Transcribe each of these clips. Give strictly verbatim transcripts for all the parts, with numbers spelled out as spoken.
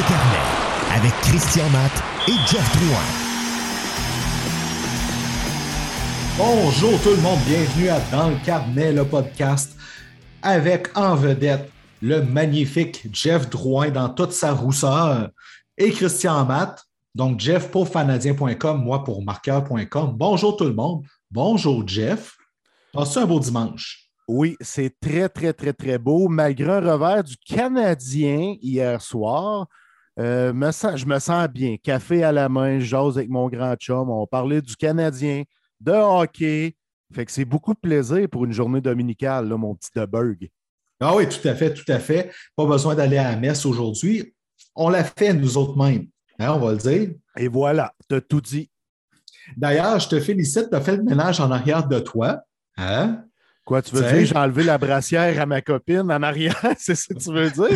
le carnet avec Christian Matt et Jeff Drouin. Bonjour tout le monde, bienvenue à Dans le carnet, le podcast avec en vedette le magnifique Jeff Drouin dans toute sa rousseur et Christian Matt. Donc Jeff pour fanadien point com, moi pour marqueur point com. Bonjour tout le monde. Bonjour Jeff. Passe-tu un beau dimanche? Oui, c'est très, très, très, très beau. Malgré un revers du Canadien hier soir, euh, me sens, je me sens bien. Café à la main, je jase avec mon grand chum. On parlait du Canadien, de hockey. Fait que c'est beaucoup de plaisir pour une journée dominicale, là, mon petit Deberg. Ah oui, tout à fait, tout à fait. Pas besoin d'aller à la messe aujourd'hui. On l'a fait nous autres mêmes, hein, on va le dire. Et voilà, tu as tout dit. D'ailleurs, je te félicite, tu as fait le ménage en arrière de toi. Hein? Quoi, tu veux T'sais? dire j'ai enlevé la brassière à ma copine en arrière? C'est ça que tu veux dire?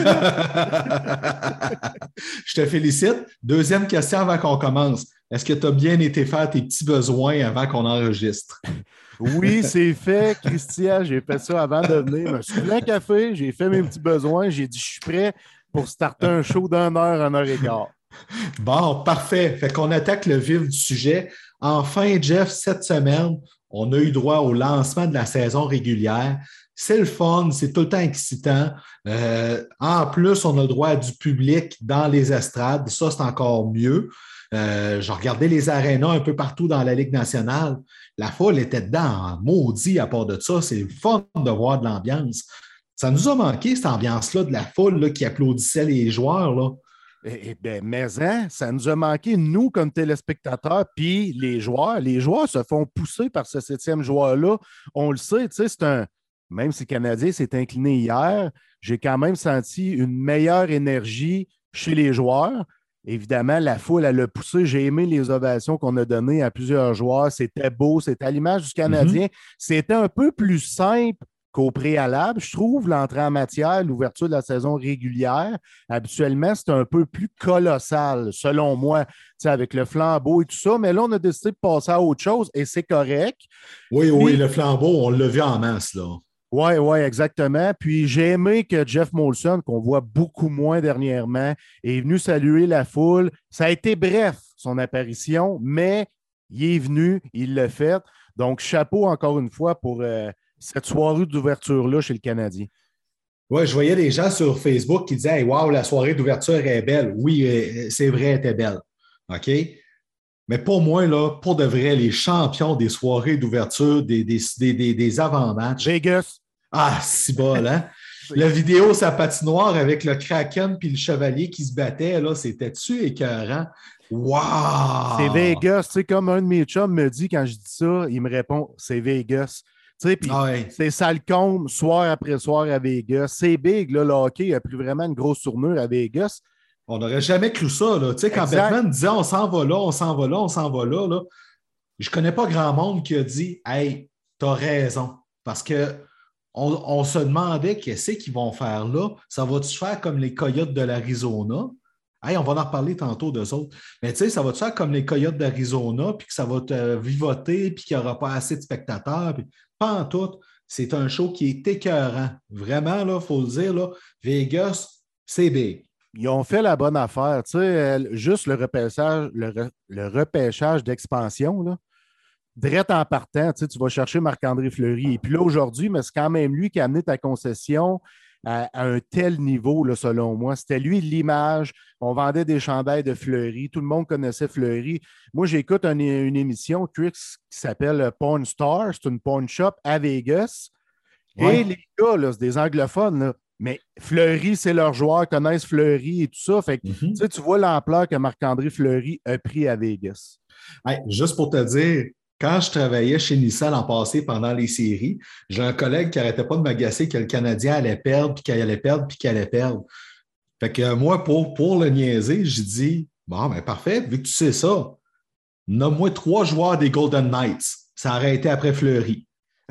Je te félicite. Deuxième question avant qu'on commence. Est-ce que tu as bien été faire tes petits besoins avant qu'on enregistre? Oui, c'est fait, Christian. J'ai fait ça avant de venir. Je me suis pris un café, j'ai fait mes petits besoins. J'ai dit, je suis prêt pour starter un show d'une heure, une heure et quart. Bon, parfait. Fait qu'on attaque le vif du sujet. Enfin, Jeff, cette semaine, on a eu droit au lancement de la saison régulière. C'est le fun, c'est tout le temps excitant. Euh, en plus, on a le droit à du public dans les estrades. Ça, c'est encore mieux. Euh, j'ai regardé les arénas un peu partout dans la Ligue nationale. La foule était dedans en maudit à part de ça. C'est le fun de voir de l'ambiance. Ça nous a manqué, cette ambiance-là, de la foule là, qui applaudissait les joueurs, là. Eh bien, mais hein, ça nous a manqué, nous, comme téléspectateurs, puis les joueurs. Les joueurs se font pousser par ce septième joueur-là. On le sait, tu sais, c'est un. Même si le Canadien s'est incliné hier, j'ai quand même senti une meilleure énergie chez les joueurs. Évidemment, la foule, elle a poussé. J'ai aimé les ovations qu'on a données à plusieurs joueurs. C'était beau, c'était à l'image du Canadien. Mm-hmm. C'était un peu plus simple qu'au préalable, je trouve, l'entrée en matière, l'ouverture de la saison régulière. Habituellement, c'est un peu plus colossal, selon moi, avec le flambeau et tout ça. Mais là, on a décidé de passer à autre chose et c'est correct. Oui, Puis, oui, le flambeau, on l'a vu en masse, là. Oui, oui, exactement. Puis j'ai aimé que Jeff Molson, qu'on voit beaucoup moins dernièrement, est venu saluer la foule. Ça a été bref, son apparition, mais il est venu, il l'a fait. Donc, chapeau encore une fois pour euh, cette soirée d'ouverture-là chez le Canadien. Oui, je voyais des gens sur Facebook qui disaient hey, « Wow, la soirée d'ouverture est belle. » Oui, c'est vrai, elle était belle. OK? Mais pour moi, là, pour de vrai, les champions des soirées d'ouverture, des, des, des, des avant-matchs. Vegas. Ah, si bol, hein? La vidéo, sa patinoire avec le Kraken puis le Chevalier qui se battait, là, c'était-tu écœurant? Wow! C'est Vegas. Tu sais, comme un de mes chums me dit quand je dis ça, il me répond c'est Vegas. Tu sais, puis ah ouais. C'est Salcombe, soir après soir à Vegas. C'est big, là, le hockey a pris vraiment une grosse tournure à Vegas. On n'aurait jamais cru ça, là. Tu sais, quand exact. Batman disait on s'en va là, on s'en va là, on s'en va là, là, je connais pas grand monde qui a dit hey, t'as raison. Parce que on, on se demandait qu'est-ce qu'ils vont faire là. Ça va-tu faire comme les Coyotes de l'Arizona? Hey, on va en reparler tantôt d'eux autres. Mais tu sais, ça va-tu faire comme les Coyotes d'Arizona, puis que ça va te vivoter, puis qu'il n'y aura pas assez de spectateurs? Puis, pas en tout. C'est un show qui est écœurant. Vraiment, il faut le dire, là, Vegas, c'est big. Ils ont fait la bonne affaire. Tu sais, juste le repêchage, le, re, le repêchage d'expansion, là. Direct en partant, tu sais, tu vas chercher Marc-André Fleury. Et puis là, aujourd'hui, mais c'est quand même lui qui a amené ta concession à, à un tel niveau, là, selon moi. C'était lui l'image. On vendait des chandails de Fleury. Tout le monde connaissait Fleury. Moi, j'écoute une, une émission, Trix, qui s'appelle Pawn Star. C'est une pawn shop à Vegas. Ouais. Et les gars, là, c'est des anglophones, là. Mais Fleury, c'est leur joueur, connaissent Fleury et tout ça. Fait que, mm-hmm. tu sais, tu vois l'ampleur que Marc-André Fleury a pris à Vegas. Hey, juste pour te dire, quand je travaillais chez Nissan l'an passé pendant les séries, j'ai un collègue qui n'arrêtait pas de m'agacer que le Canadien allait perdre, puis qu'il allait perdre, puis qu'il allait perdre. Fait que moi, pour, pour le niaiser, j'ai dit bon, ben parfait, vu que tu sais ça, nomme-moi trois joueurs des Golden Knights. Ça aurait été après Fleury.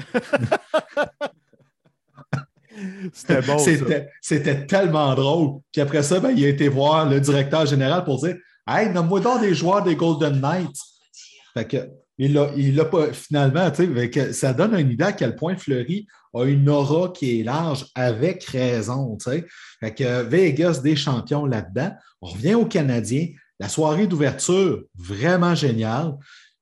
C'était bon. C'était, c'était tellement drôle. Puis après ça, ben, il a été voir le directeur général pour dire hey, nomme-moi donc des joueurs des Golden Knights. Fait que il l'a, il l'a pas finalement, tu sais, ça donne une idée à quel point Fleury a une aura qui est large avec raison, tu sais. Fait que Vegas, des champions là-dedans. On revient aux Canadiens. La soirée d'ouverture, vraiment géniale.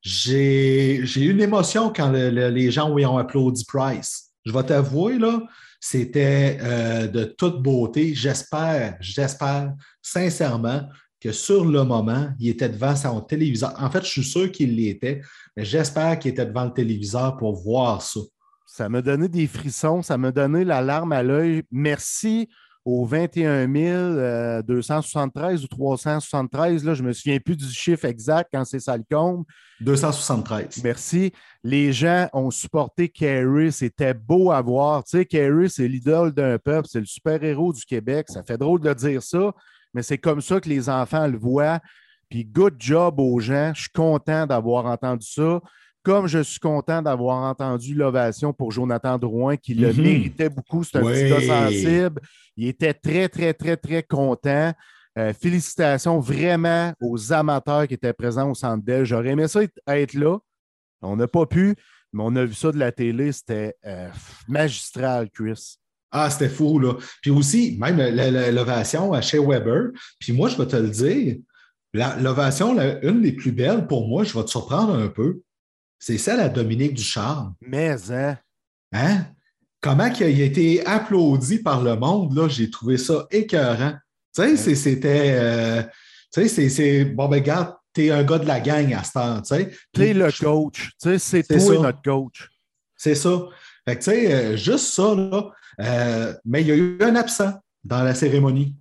J'ai, j'ai eu une émotion quand le, le, les gens oui, ont applaudi Price. Je vais t'avouer, là, c'était euh, de toute beauté. J'espère, j'espère sincèrement que sur le moment, il était devant son téléviseur. En fait, je suis sûr qu'il l'était, mais j'espère qu'il était devant le téléviseur pour voir ça. Ça m'a donné des frissons, ça m'a donné la larme à l'œil. Merci aux vingt et un mille deux cent soixante-treize ou trois cent soixante-treize, là, je ne me souviens plus du chiffre exact quand c'est ça le compte. deux cent soixante-treize. Merci. Les gens ont supporté Carey. C'était beau à voir. Tu sais, Carey, c'est l'idole d'un peuple. C'est le super-héros du Québec. Ça fait drôle de dire ça, mais c'est comme ça que les enfants le voient. Puis good job aux gens. Je suis content d'avoir entendu ça. Comme je suis content d'avoir entendu l'ovation pour Jonathan Drouin, qui le mm-hmm. méritait beaucoup. C'est un oui. petit gars sensible. Il était très, très, très, très content. Euh, félicitations vraiment aux amateurs qui étaient présents au Centre Bell. J'aurais aimé ça être là. On n'a pas pu, mais on a vu ça de la télé. C'était euh, magistral, Chris. Ah, c'était fou, là. Puis aussi, même l'ovation à Shea Weber. Puis moi, je vais te le dire, l'ovation, une des plus belles pour moi, je vais te surprendre un peu. C'est celle à Dominique Ducharme. Mais, hein? Hein? Comment il a été applaudi par le monde, là, j'ai trouvé ça écœurant. Tu sais, c'était... Euh, tu sais, c'est... Bon, ben, regarde, t'es un gars de la gang à ce temps, tu sais. T'es le coach. Tu sais, c'est toi ça. Notre coach. C'est ça. Fait que, tu sais, euh, juste ça, là. Euh, mais il y a eu un absent dans la cérémonie.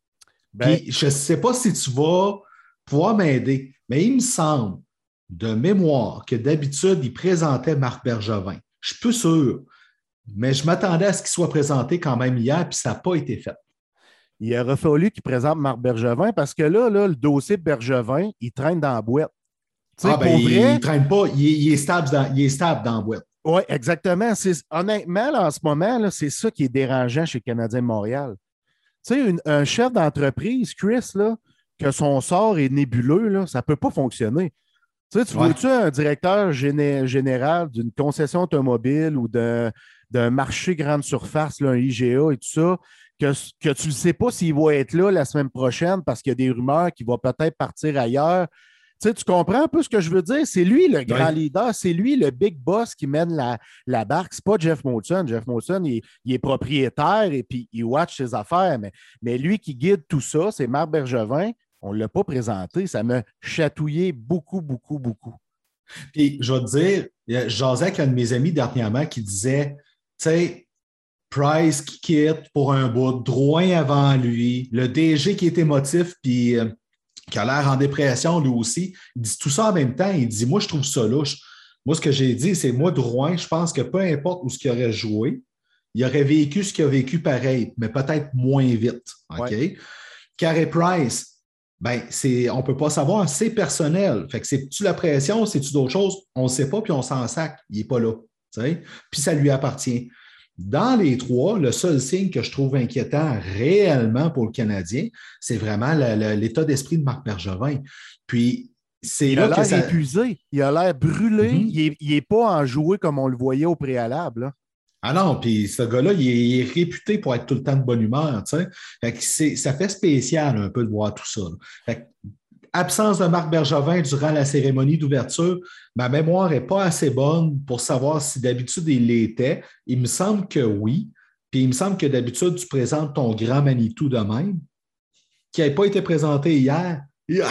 Ben, puis, je ne sais pas si tu vas pouvoir m'aider, mais il me semble, de mémoire, que d'habitude, il présentait Marc Bergevin. Je suis plus sûr, mais je m'attendais à ce qu'il soit présenté quand même hier, puis ça n'a pas été fait. Il aurait fallu qu'il présente Marc Bergevin parce que là, là, le dossier Bergevin, il traîne dans la boîte. T'sais, ah, ben, il ne traîne pas, il est, il est stable dans, il est stable dans la boîte. Oui, exactement. C'est, honnêtement, là, en ce moment, là, c'est ça qui est dérangeant chez Canadien de Montréal. Tu sais, un chef d'entreprise, Chris, là, que son sort est nébuleux, là, ça ne peut pas fonctionner. Tu sais, tu ouais. vois-tu un directeur géné- général d'une concession automobile ou d'un, d'un marché grande surface, là, un I G A et tout ça, que, que tu ne sais pas s'il va être là la semaine prochaine parce qu'il y a des rumeurs qu'il va peut-être partir ailleurs. Tu sais, tu comprends un peu ce que je veux dire? C'est lui le grand ouais. leader, c'est lui le big boss qui mène la, la barque. C'est pas Jeff Molson. Jeff Molson, il, il est propriétaire et puis il watch ses affaires, mais, mais lui qui guide tout ça, c'est Marc Bergevin. On ne l'a pas présenté. Ça m'a chatouillé beaucoup, beaucoup, beaucoup. Puis, je vais te dire, j'asais avec un de mes amis dernièrement qui disait, tu sais, Price qui quitte pour un bout, Drouin avant lui, le D G qui est émotif, puis euh, qui a l'air en dépression lui aussi. Il dit tout ça en même temps. Il dit, moi, je trouve ça louche. Moi, ce que j'ai dit, c'est moi, Drouin, je pense que peu importe où ce qu'il aurait joué, il aurait vécu ce qu'il a vécu pareil, mais peut-être moins vite. OK? Ouais. Carey Price, ben, c'est, on ne peut pas savoir, c'est personnel. Fait que c'est-tu la pression, c'est-tu d'autres choses? On ne sait pas, puis on s'en sac. Il n'est pas là. T'sais? Puis ça lui appartient. Dans les trois, le seul signe que je trouve inquiétant réellement pour le Canadien, c'est vraiment le, le, l'état d'esprit de Marc Bergevin. Puis, c'est il là a l'air que ça... épuisé. Il a l'air brûlé. Mm-hmm. Il n'est pas enjoué comme on le voyait au préalable. Là. Ah non, puis ce gars-là, il est, il est réputé pour être tout le temps de bonne humeur. Tu sais. Fait que c'est, ça fait spécial un peu de voir tout ça. Fait que, absence de Marc Bergevin durant la cérémonie d'ouverture, ma mémoire n'est pas assez bonne pour savoir si d'habitude il l'était. Il me semble que oui. Puis il me semble que d'habitude, tu présentes ton grand Manitou de même, qui n'avait pas été présenté hier. Yeah.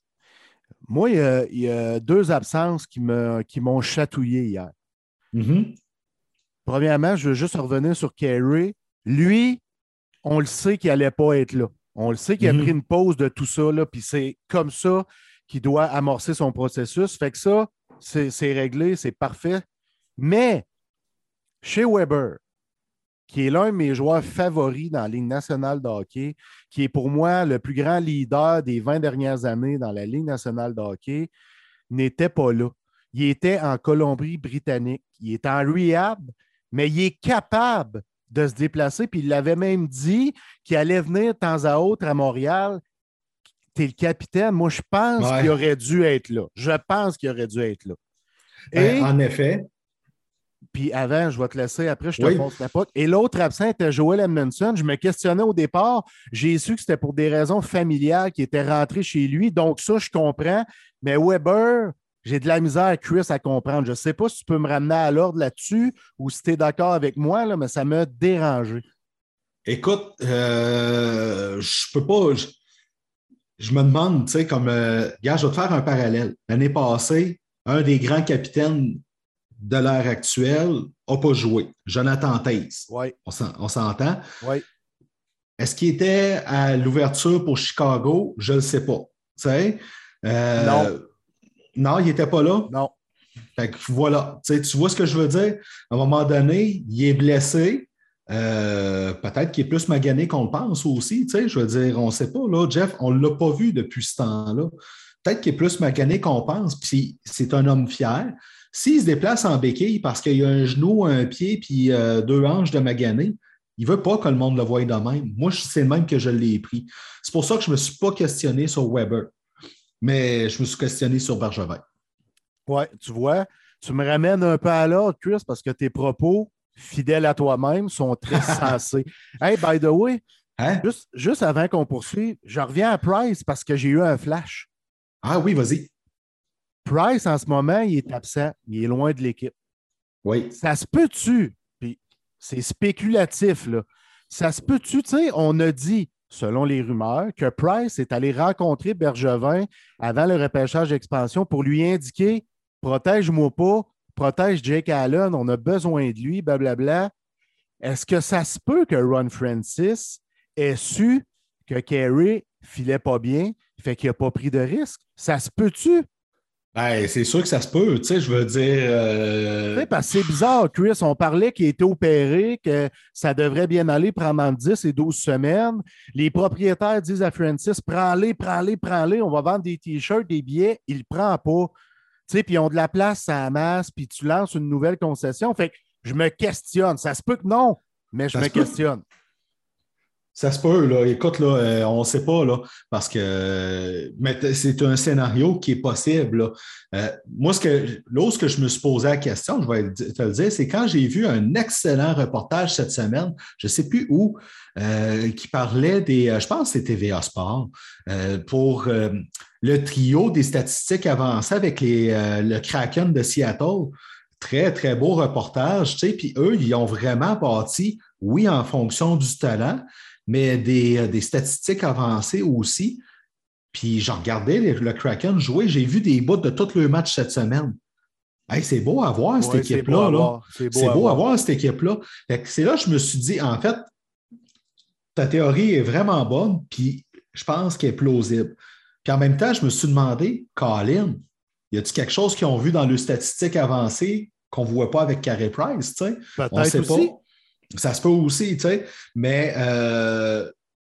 Moi, il y, a, il y a deux absences qui, me, qui m'ont chatouillé hier. Mm-hmm. Premièrement, je veux juste revenir sur Carey. Lui, on le sait qu'il n'allait pas être là. On le sait qu'il a mm-hmm. pris une pause de tout ça, là, puis c'est comme ça qu'il doit amorcer son processus. Fait que ça, c'est, c'est réglé, c'est parfait. Mais Shea Weber, qui est l'un de mes joueurs favoris dans la Ligue nationale de hockey, qui est pour moi le plus grand leader des vingt dernières années dans la Ligue nationale de hockey, n'était pas là. Il était en Colombie-Britannique. Il est en rehab, mais il est capable de se déplacer, puis il l'avait même dit qu'il allait venir de temps à autre à Montréal. T'es le capitaine. Moi, je pense ouais. qu'il aurait dû être là. Je pense qu'il aurait dû être là. Ben, en effet. Puis avant, je vais te laisser, après, je te Oui. passe la poque. Et l'autre absent était Joel Edmondson. Je me questionnais au départ. J'ai su que c'était pour des raisons familiales qu'il était rentré chez lui. Donc, ça, je comprends. Mais Weber, j'ai de la misère, Chris, à comprendre. Je ne sais pas si tu peux me ramener à l'ordre là-dessus ou si tu es d'accord avec moi, là, mais ça m'a dérangé. Écoute, euh, je peux pas. Je, je me demande, tu sais, comme. Euh, gars, je vais te faire un parallèle. L'année passée, un des grands capitaines de l'ère actuelle n'a pas joué. Jonathan Taze. Oui. On, s'en, on s'entend. Oui. Est-ce qu'il était à l'ouverture pour Chicago? Je ne le sais pas. Tu sais? Euh, non. Non, il n'était pas là. Non. Fait que voilà. Tu sais, tu vois ce que je veux dire? À un moment donné, il est blessé. Euh, peut-être qu'il est plus magané qu'on le pense aussi. Tu sais, je veux dire, on ne sait pas. Là, Jeff, on ne l'a pas vu depuis ce temps-là. Peut-être qu'il est plus magané qu'on pense. Puis c'est un homme fier. S'il se déplace en béquille parce qu'il y a un genou, un pied, puis euh, deux hanches de magané, il ne veut pas que le monde le voie de même. Moi, c'est le même que je l'ai pris. C'est pour ça que je ne me suis pas questionné sur Weber, mais je me suis questionné sur Bergevin. Oui, tu vois, tu me ramènes un peu à l'ordre, Chris, parce que tes propos, fidèles à toi-même, sont très sensés. Hey, by the way, hein? juste, juste avant qu'on poursuive, je reviens à Price parce que j'ai eu un flash. Ah oui, vas-y. Price, en ce moment, il est absent. Il est loin de l'équipe. Oui. Ça se peut-tu? Puis c'est spéculatif, là. Ça se peut-tu? Tu sais, on a dit, selon les rumeurs, que Price est allé rencontrer Bergevin avant le repêchage d'expansion pour lui indiquer « Protège-moi pas, protège Jake Allen, on a besoin de lui, blablabla. » Est-ce que ça se peut que Ron Francis ait su que Carey filait pas bien, fait qu'il n'a pas pris de risque? Ça se peut-tu? Ben, c'est sûr que ça se peut, tu sais, je veux dire... Euh... Parce que c'est bizarre, Chris, on parlait qu'il était opéré, que ça devrait bien aller pendant dix et douze semaines. Les propriétaires disent à Francis, prends-les, prends-les, prends-les, on va vendre des t-shirts, des billets, il ne prend pas. Tu sais, puis ils ont de la place à la masse, puis tu lances une nouvelle concession. Fait que je me questionne. Ça se peut que non, mais je ça me questionne. Ça se peut, là. Écoute, là, euh, on ne sait pas, là, parce que euh, mais c'est un scénario qui est possible. Là. Euh, moi, ce que, là, ce que je me suis posé la question, je vais te le dire, c'est quand j'ai vu un excellent reportage cette semaine, je ne sais plus où, euh, qui parlait des, euh, je pense que c'était T V A Sport, euh, pour euh, le trio des statistiques avancées avec les, euh, le Kraken de Seattle. Très, très beau reportage, tu sais, puis eux, ils ont vraiment bâti, oui, en fonction du talent, mais des, des statistiques avancées aussi. Puis j'en regardais le, le Kraken jouer, j'ai vu des bouts de tous les matchs cette semaine. Hey, c'est beau à voir, cette ouais, équipe-là. Là. C'est beau, c'est à, beau voir. à voir, cette équipe-là. C'est là que je me suis dit, en fait, ta théorie est vraiment bonne, puis je pense qu'elle est plausible. Puis en même temps, je me suis demandé, Colin, y a-t-il quelque chose qu'ils ont vu dans les statistiques avancées qu'on ne voit pas avec Carey Price? T'sais? Peut-être on sait aussi. Pas. Ça se peut aussi, tu sais, mais euh,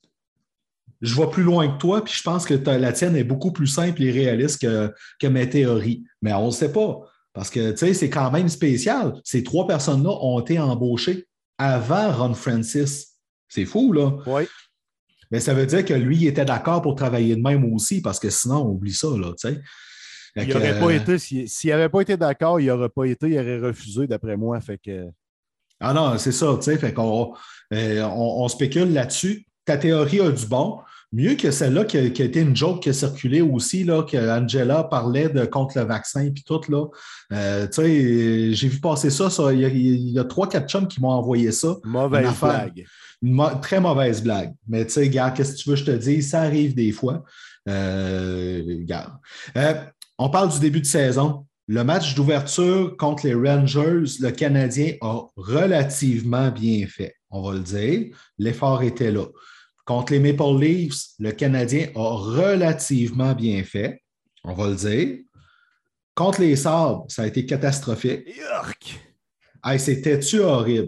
je vais plus loin que toi, puis je pense que la tienne est beaucoup plus simple et réaliste que, que mes théories. Mais on ne sait pas, parce que, tu sais, c'est quand même spécial. Ces trois personnes-là ont été embauchées avant Ron Francis. C'est fou, là. Oui. Mais ça veut dire que lui, il était d'accord pour travailler de même aussi, parce que sinon, on oublie ça, là, tu sais. Il n'aurait euh... pas été, s'il n'avait pas été d'accord, il n'aurait pas été, il aurait refusé, d'après moi, fait que... Ah non, c'est ça, tu sais, fait qu'on euh, on, on spécule là-dessus. Ta théorie a du bon. Mieux que celle-là qui a, qui a été une joke qui a circulé aussi, là, que Angela parlait de contre le vaccin puis tout, là. Euh, tu sais, j'ai vu passer ça, ça il y a, il y a trois, quatre chums qui m'ont envoyé ça. Mauvaise blague. Une mo- très mauvaise blague. Mais tu sais, gars, qu'est-ce que tu veux que je te dise? Ça arrive des fois. Euh, regarde. Euh, on parle du début de saison. Le match d'ouverture contre les Rangers, le Canadien a relativement bien fait, on va le dire. L'effort était là. Contre les Maple Leafs, le Canadien a relativement bien fait, on va le dire. Contre les Sabres, ça a été catastrophique. Yuck! Hey, c'était-tu horrible?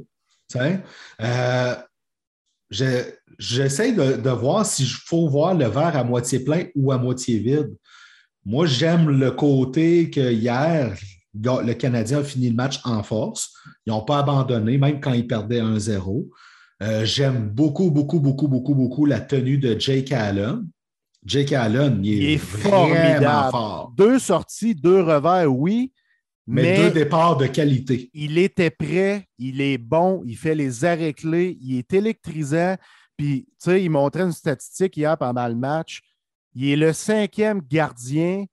Euh, je, j'essaie de, de voir s'il faut voir le verre à moitié plein ou à moitié vide. Moi, j'aime le côté que hier, le Canadien a fini le match en force. Ils n'ont pas abandonné, même quand ils perdaient un zéro. Euh, j'aime beaucoup, beaucoup, beaucoup, beaucoup, beaucoup la tenue de Jake Allen. Jake Allen, il est, il est formidable. Fort. Deux sorties, deux revers, oui, mais, mais deux départs de qualité. Il était prêt, il est bon, il fait les arrêts clés, il est électrisant. Puis, tu sais, il montrait une statistique hier pendant le match. Il est le cinquième gardien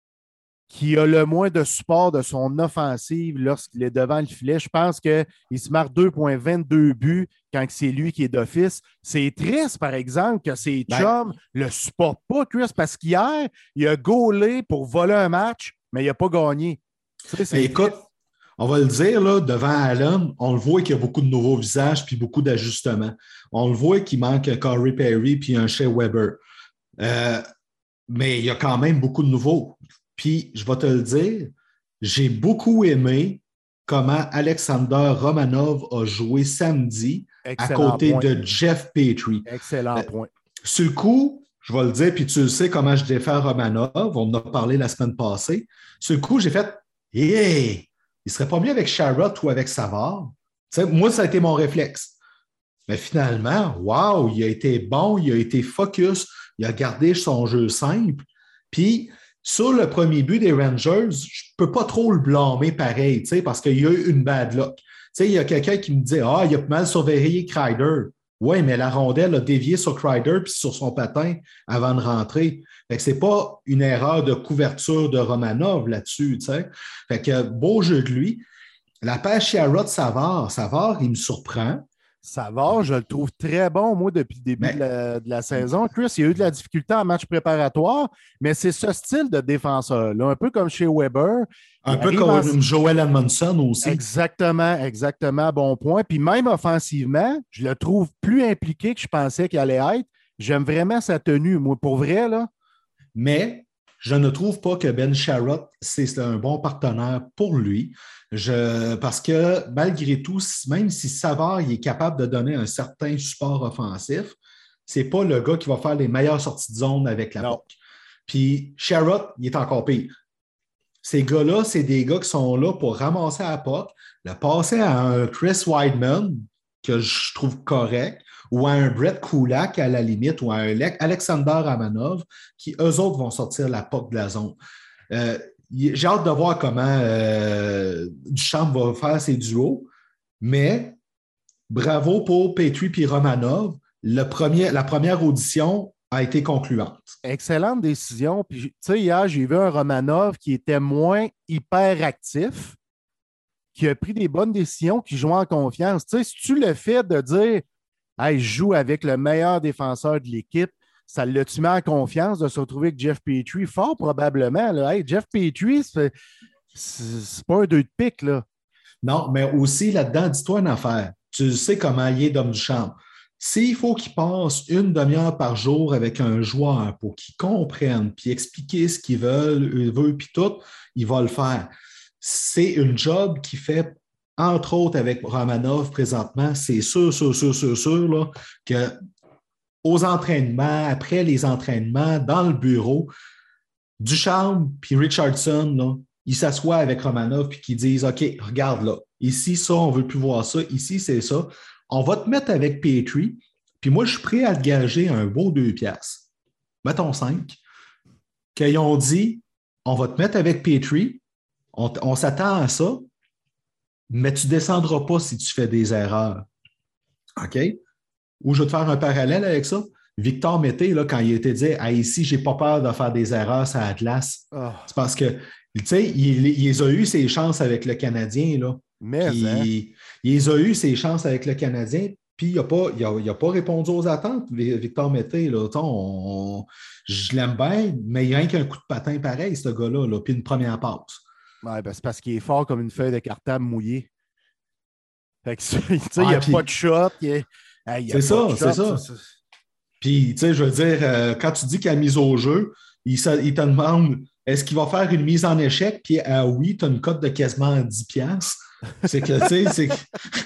qui a le moins de support de son offensive lorsqu'il est devant le filet. Je pense qu'il se marque deux virgule vingt-deux buts quand c'est lui qui est d'office. C'est triste, par exemple, que ses chums ne le supportent pas, Chris, parce qu'hier, il a gaulé pour voler un match, mais il n'a pas gagné. Tu sais, écoute, on va le dire, là, devant Allen, on le voit qu'il y a beaucoup de nouveaux visages puis beaucoup d'ajustements. On le voit qu'il manque un Corey Perry puis un Shea Weber. Euh, mais il y a quand même beaucoup de nouveaux. Puis, je vais te le dire, j'ai beaucoup aimé comment Alexander Romanov a joué samedi Excellent à côté point. de Jeff Petrie. Excellent point. Euh, sur le coup, je vais le dire, puis tu le sais comment je défends Romanov, on en a parlé la semaine passée. Sur le coup, j'ai fait « Hey, il serait pas mieux avec Sherrod ou avec Savard? » Moi, ça a été mon réflexe. Mais finalement, wow, il a été bon, il a été focus, il a gardé son jeu simple. Puis, sur le premier but des Rangers, je ne peux pas trop le blâmer pareil, parce qu'il y a eu une bad luck. T'sais, il y a quelqu'un qui me dit « Ah, il a mal surveillé Kreider. » Oui, mais la rondelle a dévié sur Kreider puis sur son patin avant de rentrer. Fait que c'est pas une erreur de couverture de Romanov là-dessus. T'sais. Fait que beau jeu de lui. La passe Sherrod Savard, Savard, il me surprend. Savard, je le trouve très bon, moi, depuis le début mais... de, la, de la saison. Chris, il y a eu de la difficulté en match préparatoire, mais c'est ce style de défenseur-là, un peu comme chez Weber. Un peu comme en... Joel Edmondson aussi. Exactement, exactement, bon point. Puis même offensivement, je le trouve plus impliqué que je pensais qu'il allait être. J'aime vraiment sa tenue, moi, pour vrai, là. Mais je ne trouve pas que Ben Sherratt, c'est un bon partenaire pour lui. Je, parce que malgré tout, même si Savard il est capable de donner un certain support offensif, ce n'est pas le gars qui va faire les meilleures sorties de zone avec la P O C. Puis Sherratt, il est encore pire. Ces gars-là, c'est des gars qui sont là pour ramasser la P O C, le passer à un Chris Weidman, que je trouve correct, ou à un Brett Kulak à la limite, ou à un Alexander Romanov, qui eux autres vont sortir la P O C de la zone. Euh, J'ai hâte de voir comment euh, Duchamp va faire ses duos, mais bravo pour Petrie et Romanov. Le premier, la première audition a été concluante. Excellente décision. Puis, tu sais, hier, j'ai vu un Romanov qui était moins hyper actif, qui a pris des bonnes décisions, qui joue en confiance. Tu sais, si tu le fais de dire « Hey, je joue avec le meilleur défenseur de l'équipe », ça l'a-tu mis en confiance de se retrouver avec Jeff Petrie? Fort probablement. Là. Hey, Jeff Petrie, c'est, c'est pas un deux de pique, là. Non, mais aussi là-dedans, dis-toi une affaire. Tu sais comment il est Dom Duchamp. S'il faut qu'il passe une demi-heure par jour avec un joueur pour qu'il comprenne, puis expliquer ce qu'il veut, veut puis tout, il va le faire. C'est une job qu'il fait, entre autres avec Romanov présentement. C'est sûr, sûr, sûr, sûr, sûr là, que aux entraînements, après les entraînements, dans le bureau, Ducharme puis Richardson, là, ils s'assoient avec Romanov puis qu'ils disent « OK, regarde là, ici, ça, on ne veut plus voir ça, ici, c'est ça. On va te mettre avec Petrie, puis moi, je suis prêt à te gager un beau deux piastres. Mettons cinq. » Qu'ils ont dit « On va te mettre avec Petrie, on, on s'attend à ça, mais tu ne descendras pas si tu fais des erreurs. » OK? Ou je vais te faire un parallèle avec ça. Victor Mété, là, quand il a été dit ah, « Ici, je n'ai pas peur de faire des erreurs sur Atlas. Oh. » C'est parce que, tu sais, il, il a eu ses chances avec le Canadien. Là. Mais, puis, hein? Il a eu ses chances avec le Canadien, puis il n'a pas, pas répondu aux attentes, Victor Mété. Là. On, on, je l'aime bien, mais il n'y a rien qu'un coup de patin pareil, ce gars-là, là, puis une première passe. Ouais, ben c'est parce qu'il est fort comme une feuille de cartable mouillée. Fait que, tu sais, il n'y a puis, pas de shot. Il est... Hey, c'est ça, c'est ça. ça. Puis, tu sais, je veux dire, euh, quand tu dis qu'il a mise au jeu, il, il te demande est-ce qu'il va faire une mise en échec? Puis, ah oui, tu as une cote de quasiment dix piastres. C'est que, tu sais, c'est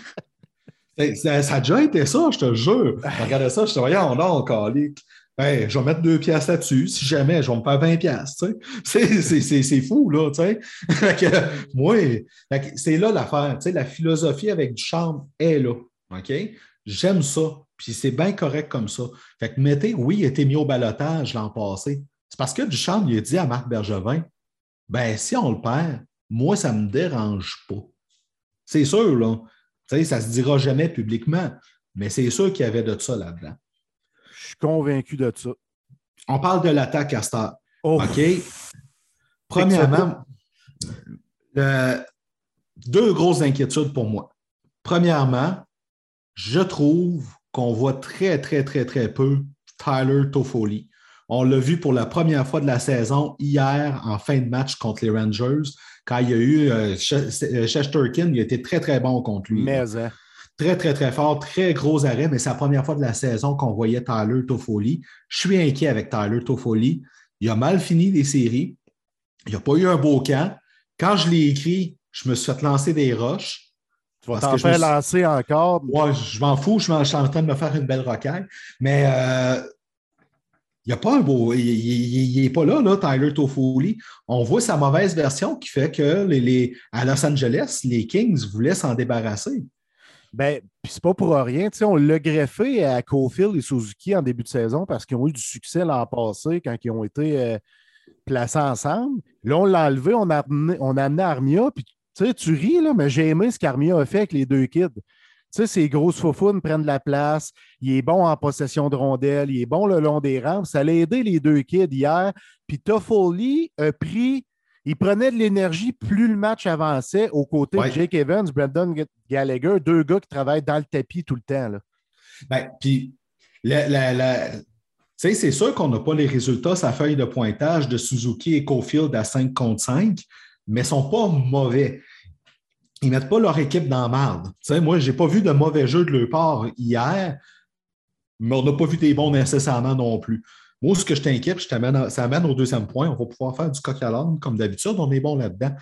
que. Ça, ça a déjà été ça, je te jure. Je regardais ça, je te voyais en or, calique. Hey, je vais mettre deux piastres là-dessus. Si jamais, je vais me faire vingt piastres. C'est, c'est, c'est, c'est fou, là. Tu sais. Moi, c'est là l'affaire. Tu sais, la philosophie avec Duchamp est là. OK? J'aime ça. Puis c'est bien correct comme ça. Fait que Mété, oui, il a été mis au balotage l'an passé. C'est parce que Duchamp, il a dit à Marc Bergevin ben, si on le perd, moi, ça ne me dérange pas. C'est sûr, là. Tu sais, ça ne se dira jamais publiquement, mais c'est sûr qu'il y avait de ça là-dedans. Je suis convaincu de ça. On parle de l'attaque à Star. Oh. OK? Premièrement, le, deux grosses inquiétudes pour moi. Premièrement, je trouve qu'on voit très, très, très, très peu Tyler Toffoli. On l'a vu pour la première fois de la saison hier en fin de match contre les Rangers, quand il y a eu euh, Shesterkin, il a été très, très bon contre lui. Mais, hein. Très, très, très fort, très gros arrêt, mais c'est la première fois de la saison qu'on voyait Tyler Toffoli. Je suis inquiet avec Tyler Toffoli. Il a mal fini les séries. Il n'a pas eu un beau camp. Quand je l'ai écrit, je me suis fait lancer des roches. Tu vas t'en faire suis... lancer encore. Ouais, je m'en fous, je, je suis en train de me faire une belle rocaille. Mais euh, il n'y a pas un beau. Il n'est pas là, là, Tyler Toffoli. On voit sa mauvaise version qui fait que les, les, à Los Angeles, les Kings voulaient s'en débarrasser. Ben, puis c'est pas pour rien. Tu sais, on l'a greffé à Caulfield et Suzuki en début de saison parce qu'ils ont eu du succès l'an passé quand ils ont été euh, placés ensemble. Là, on l'a enlevé, on a amené, on a amené Armia, puis tu sais, tu ris, là, mais j'ai aimé ce qu'Armia a fait avec les deux kids. Tu sais, ces grosses faufounes prennent de la place. Il est bon en possession de rondelles. Il est bon le long des rampes. Ça a aidé les deux kids hier. Puis Toffoli a pris... Il prenait de l'énergie plus le match avançait aux côtés ouais. de Jake Evans, Brendan Gallagher, deux gars qui travaillent dans le tapis tout le temps. Là. Ben, puis, la, la, la... tu sais, c'est sûr qu'on n'a pas les résultats, sa feuille de pointage de Suzuki et Caulfield à cinq contre cinq, mais ils ne sont pas mauvais. Ils ne mettent pas leur équipe dans la merde. Tu sais, moi, je n'ai pas vu de mauvais jeu de leur part hier, mais on n'a pas vu des bons nécessairement non plus. Moi, ce que je t'inquiète, je t'amène, ça amène au deuxième point. On va pouvoir faire du coq à l'âne, comme d'habitude. On est bon là-dedans.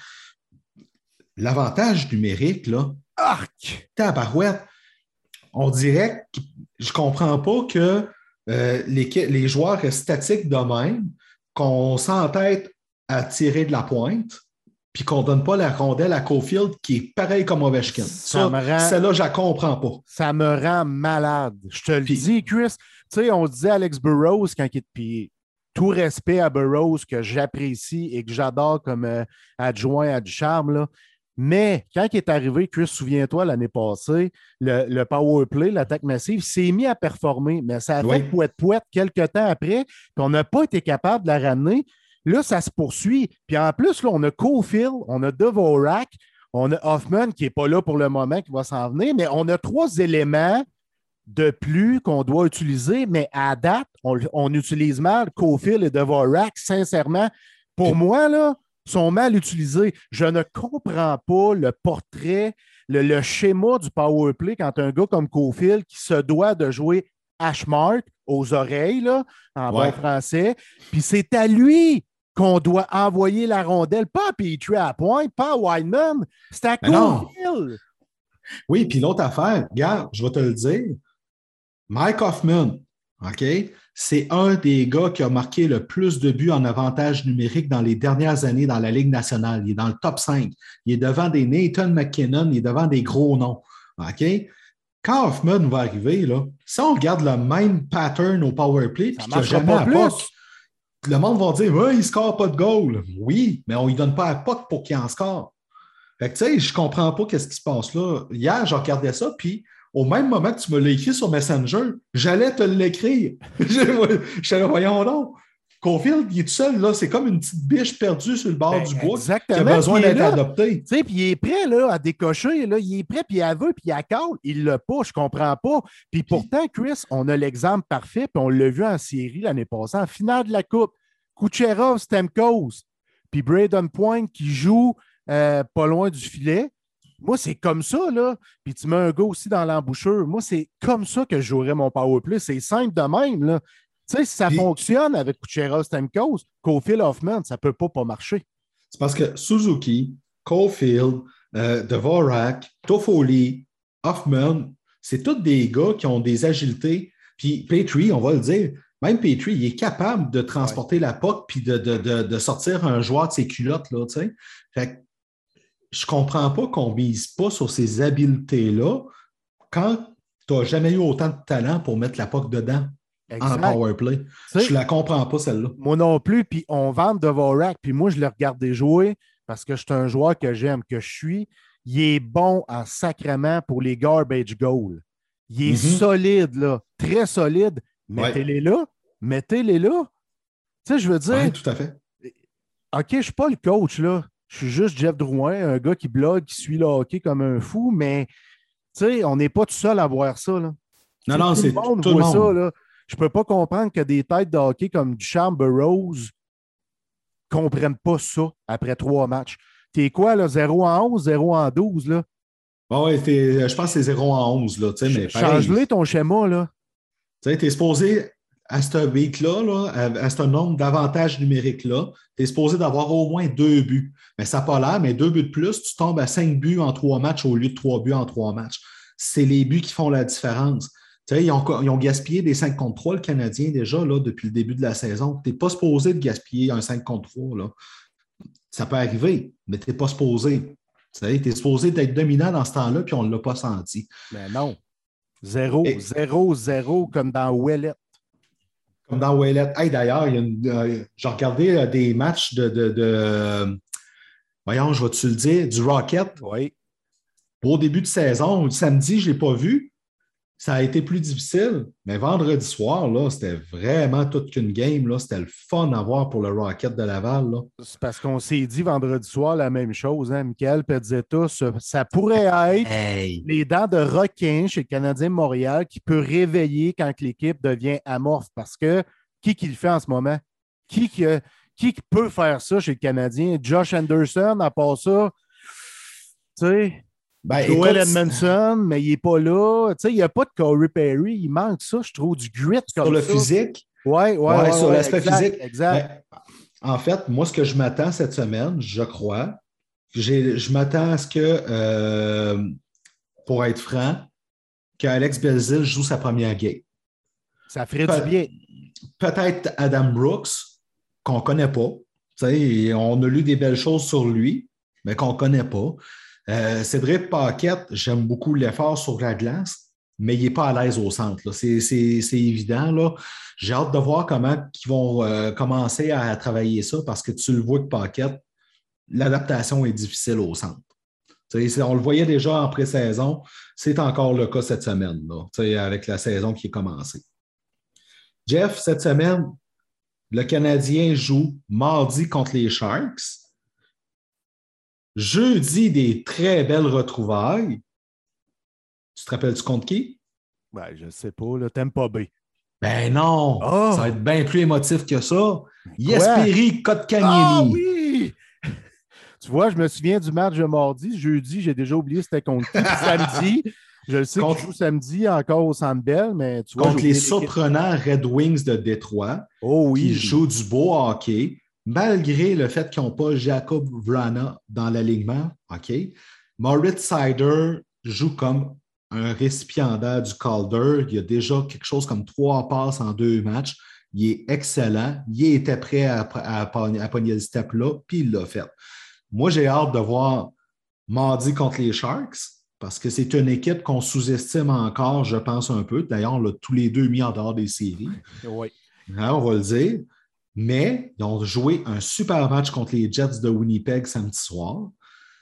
L'avantage numérique, là, arc, tabarouette, on dirait que je ne comprends pas que euh, les, les joueurs restent statiques de même, qu'on s'entête à tirer de la pointe, puis qu'on ne donne pas la rondelle à Caulfield, qui est pareil comme Ovechkin. Ça, ça rend, celle-là, je ne la comprends pas. Ça me rend malade. Je te le puis, dis, Chris. Tu sais, on disait Alex Burrows quand il puis tout respect à Burrows que j'apprécie et que j'adore comme euh, adjoint à du charme, là. Mais quand il est arrivé, Chris, souviens-toi, l'année passée, le, le power play, l'attaque massive, s'est mis à performer, mais ça a oui. fait pouette-pouette quelques temps après, puis on n'a pas été capable de la ramener. Là, ça se poursuit. Puis en plus, là, on a Caulfield, on a Dvorak, on a Hoffman qui n'est pas là pour le moment, qui va s'en venir, mais on a trois éléments de plus qu'on doit utiliser, mais à date, on, on utilise mal Caulfield et Dvorak, sincèrement. Pour moi, là, sont mal utilisés. Je ne comprends pas le portrait, le, le schéma du power play quand un gars comme Caulfield qui se doit de jouer Ashmark aux oreilles, là, en ouais. bon français, puis c'est à lui qu'on doit envoyer la rondelle, pas à Petrie à la pointe, pas à Wideman, c'est à Caulfield. Oui, puis l'autre affaire, regarde, je vais te le dire, Mike Hoffman, OK, c'est un des gars qui a marqué le plus de buts en avantage numérique dans les dernières années dans la Ligue nationale. Il est dans le top cinq. Il est devant des Nathan McKinnon, il est devant des gros noms. OK? Quand Hoffman va arriver, là, si on regarde le même pattern au power play, puis qu'il n'y a jamais à puck, le monde va dire ouais, il ne score pas de goal. Oui, mais on ne lui donne pas à puck pour qu'il en score. Fait que tu sais, je ne comprends pas ce qui se passe là. Hier, je regardais ça, puis au même moment que tu me l'as écrit sur Messenger, j'allais te l'écrire. Je te le voyons donc. Caulfield, il est tout seul, là. C'est comme une petite biche perdue sur le bord ben, du bois exactement, qui a besoin d'être adoptée. Puis il est prêt là, à décocher. Là. Il est prêt, puis il veut, puis il accorde. Il l'a pas, je comprends pas. Puis pourtant, Chris, on a l'exemple parfait, puis on l'a vu en série l'année passée, en finale de la Coupe. Kucherov, Stamkos, puis Braden Point qui joue euh, pas loin du filet. Moi, c'est comme ça, là. Puis tu mets un gars aussi dans l'embouchure. Moi, c'est comme ça que je jouerais mon powerplay. C'est simple de même, là. Tu sais, si ça Puis, fonctionne avec Kucherov, Stamkos, Caulfield, Hoffman, ça ne peut pas pas marcher. C'est parce que Suzuki, Caulfield, euh, Dvorak, Toffoli, Hoffman, c'est tous des gars qui ont des agilités. Puis Petrie, on va le dire, même Petrie, il est capable de transporter ouais. la puck puis de, de, de, de sortir un joueur de ses culottes, là, tu sais. Fait que je ne comprends pas qu'on ne mise pas sur ces habiletés-là quand tu n'as jamais eu autant de talent pour mettre la puck dedans exact. En powerplay. Je ne la comprends pas, celle-là. Moi non plus, puis on vend Dvorak, puis moi, je l'ai regardé jouer, parce que je suis un joueur que j'aime, que je suis. Il est bon en sacrement pour les garbage goals. Il est mm-hmm. solide, là, très solide. Mettez-les ouais. là. Mettez-les là. Tu sais, je veux dire. Oui, tout à fait. OK, je ne suis pas le coach, là. Je suis juste Jeff Drouin, un gars qui blogue, qui suit le hockey comme un fou, mais tu sais, on n'est pas tout seul à voir ça, là. Non, non, tout c'est le monde tout voit le monde. ça, là. Je ne peux pas comprendre que des têtes de hockey comme Ducharme, Burroughs ne comprennent pas ça après trois matchs. T'es quoi, là? zéro en onze, zéro en douze, là? Bon, ouais, je pense que c'est zéro en onze, là. Mais change-le ton schéma, là. Tu sais, t'es supposé, à ce week-là, là, à ce nombre d'avantages numériques-là, tu es supposé d'avoir au moins deux buts. Mais ça n'a pas l'air, mais deux buts de plus, tu tombes à cinq buts en trois matchs au lieu de trois buts en trois matchs. C'est les buts qui font la différence. Tu sais, ils ont, ils ont gaspillé des cinq contre trois, le Canadien, déjà, là, depuis le début de la saison. Tu n'es pas supposé de gaspiller un cinq contre trois, là. Ça peut arriver, mais tu n'es pas supposé. Tu es supposé d'être dominant dans ce temps-là, puis on ne l'a pas senti. Mais non. Zéro, Et... zéro, zéro, comme dans Ouellet. Comme dans Ouellet. Hey, d'ailleurs, il y a une, euh, j'ai regardé euh, des matchs de, de, de euh, voyons, je vais-tu le dire, du Rocket. Oui. Au début de saison, le samedi, je ne l'ai pas vu. Ça a été plus difficile, mais vendredi soir, là, c'était vraiment toute une game. Là. C'était le fun à voir pour le Rocket de Laval. Là. C'est parce qu'on s'est dit vendredi soir la même chose, hein, Michael Pezzetta. Ça, ça pourrait être hey. les dents de requin chez le Canadien de Montréal qui peut réveiller quand l'équipe devient amorphe. Parce que qui qui le fait en ce moment? Qui, qui, qui peut faire ça chez le Canadien? Josh Anderson, à part ça, tu sais... Ben, Joel écoute, Edmondson, mais il n'est pas là. Tu sais, il n'y a pas de Corey Perry. Il manque ça, je trouve, du grit comme sur le ça. physique? Oui, oui, ouais, ouais, sur ouais, l'aspect exact, physique. Exact. Ben, en fait, moi, ce que je m'attends cette semaine, je crois, j'ai, je m'attends à ce que, euh, pour être franc, qu'Alex Belzil joue sa première game. Ça ferait Pe- du bien. Peut-être Adam Brooks, qu'on ne connaît pas. Tu sais, on a lu des belles choses sur lui, mais qu'on ne connaît pas. Euh, Cédric Paquette, j'aime beaucoup l'effort sur la glace, mais il n'est pas à l'aise au centre. Là. C'est, c'est, c'est évident. Là. J'ai hâte de voir comment ils vont euh, commencer à travailler ça parce que tu le vois que Paquette, l'adaptation est difficile au centre. T'sais, on le voyait déjà en pré-saison. C'est encore le cas cette semaine, là, avec la saison qui est commencée. Jeff, cette semaine, le Canadien joue mardi contre les Sharks. Jeudi, des très belles retrouvailles. Tu te rappelles-tu contre qui? Ben, je ne sais pas, le Tampa Bay. Ben non! Oh! Ça va être bien plus émotif que ça. Jesperi Kotkaniemi. Ah oui! Tu vois, je me souviens du match de mardi. Jeudi, j'ai déjà oublié c'était contre qui. Samedi, je le sais contre... que je joue samedi encore au Centre Bell, mais tu vois... Contre les surprenants Red Wings de Détroit, oh, oui. qui jouent du beau hockey. Malgré le fait qu'ils n'ont pas Jacob Vrana dans l'alignement, OK, Moritz Seider joue comme un récipiendaire du Calder. Il y a déjà quelque chose comme trois passes en deux matchs. Il est excellent. Il était prêt à, à, à pogner le step-là, puis il l'a fait. Moi, j'ai hâte de voir mardi contre les Sharks parce que c'est une équipe qu'on sous-estime encore, je pense, un peu. D'ailleurs, on l'a tous les deux mis en dehors des séries. Oui. Hein, on va le dire. Mais ils ont joué un super match contre les Jets de Winnipeg samedi soir.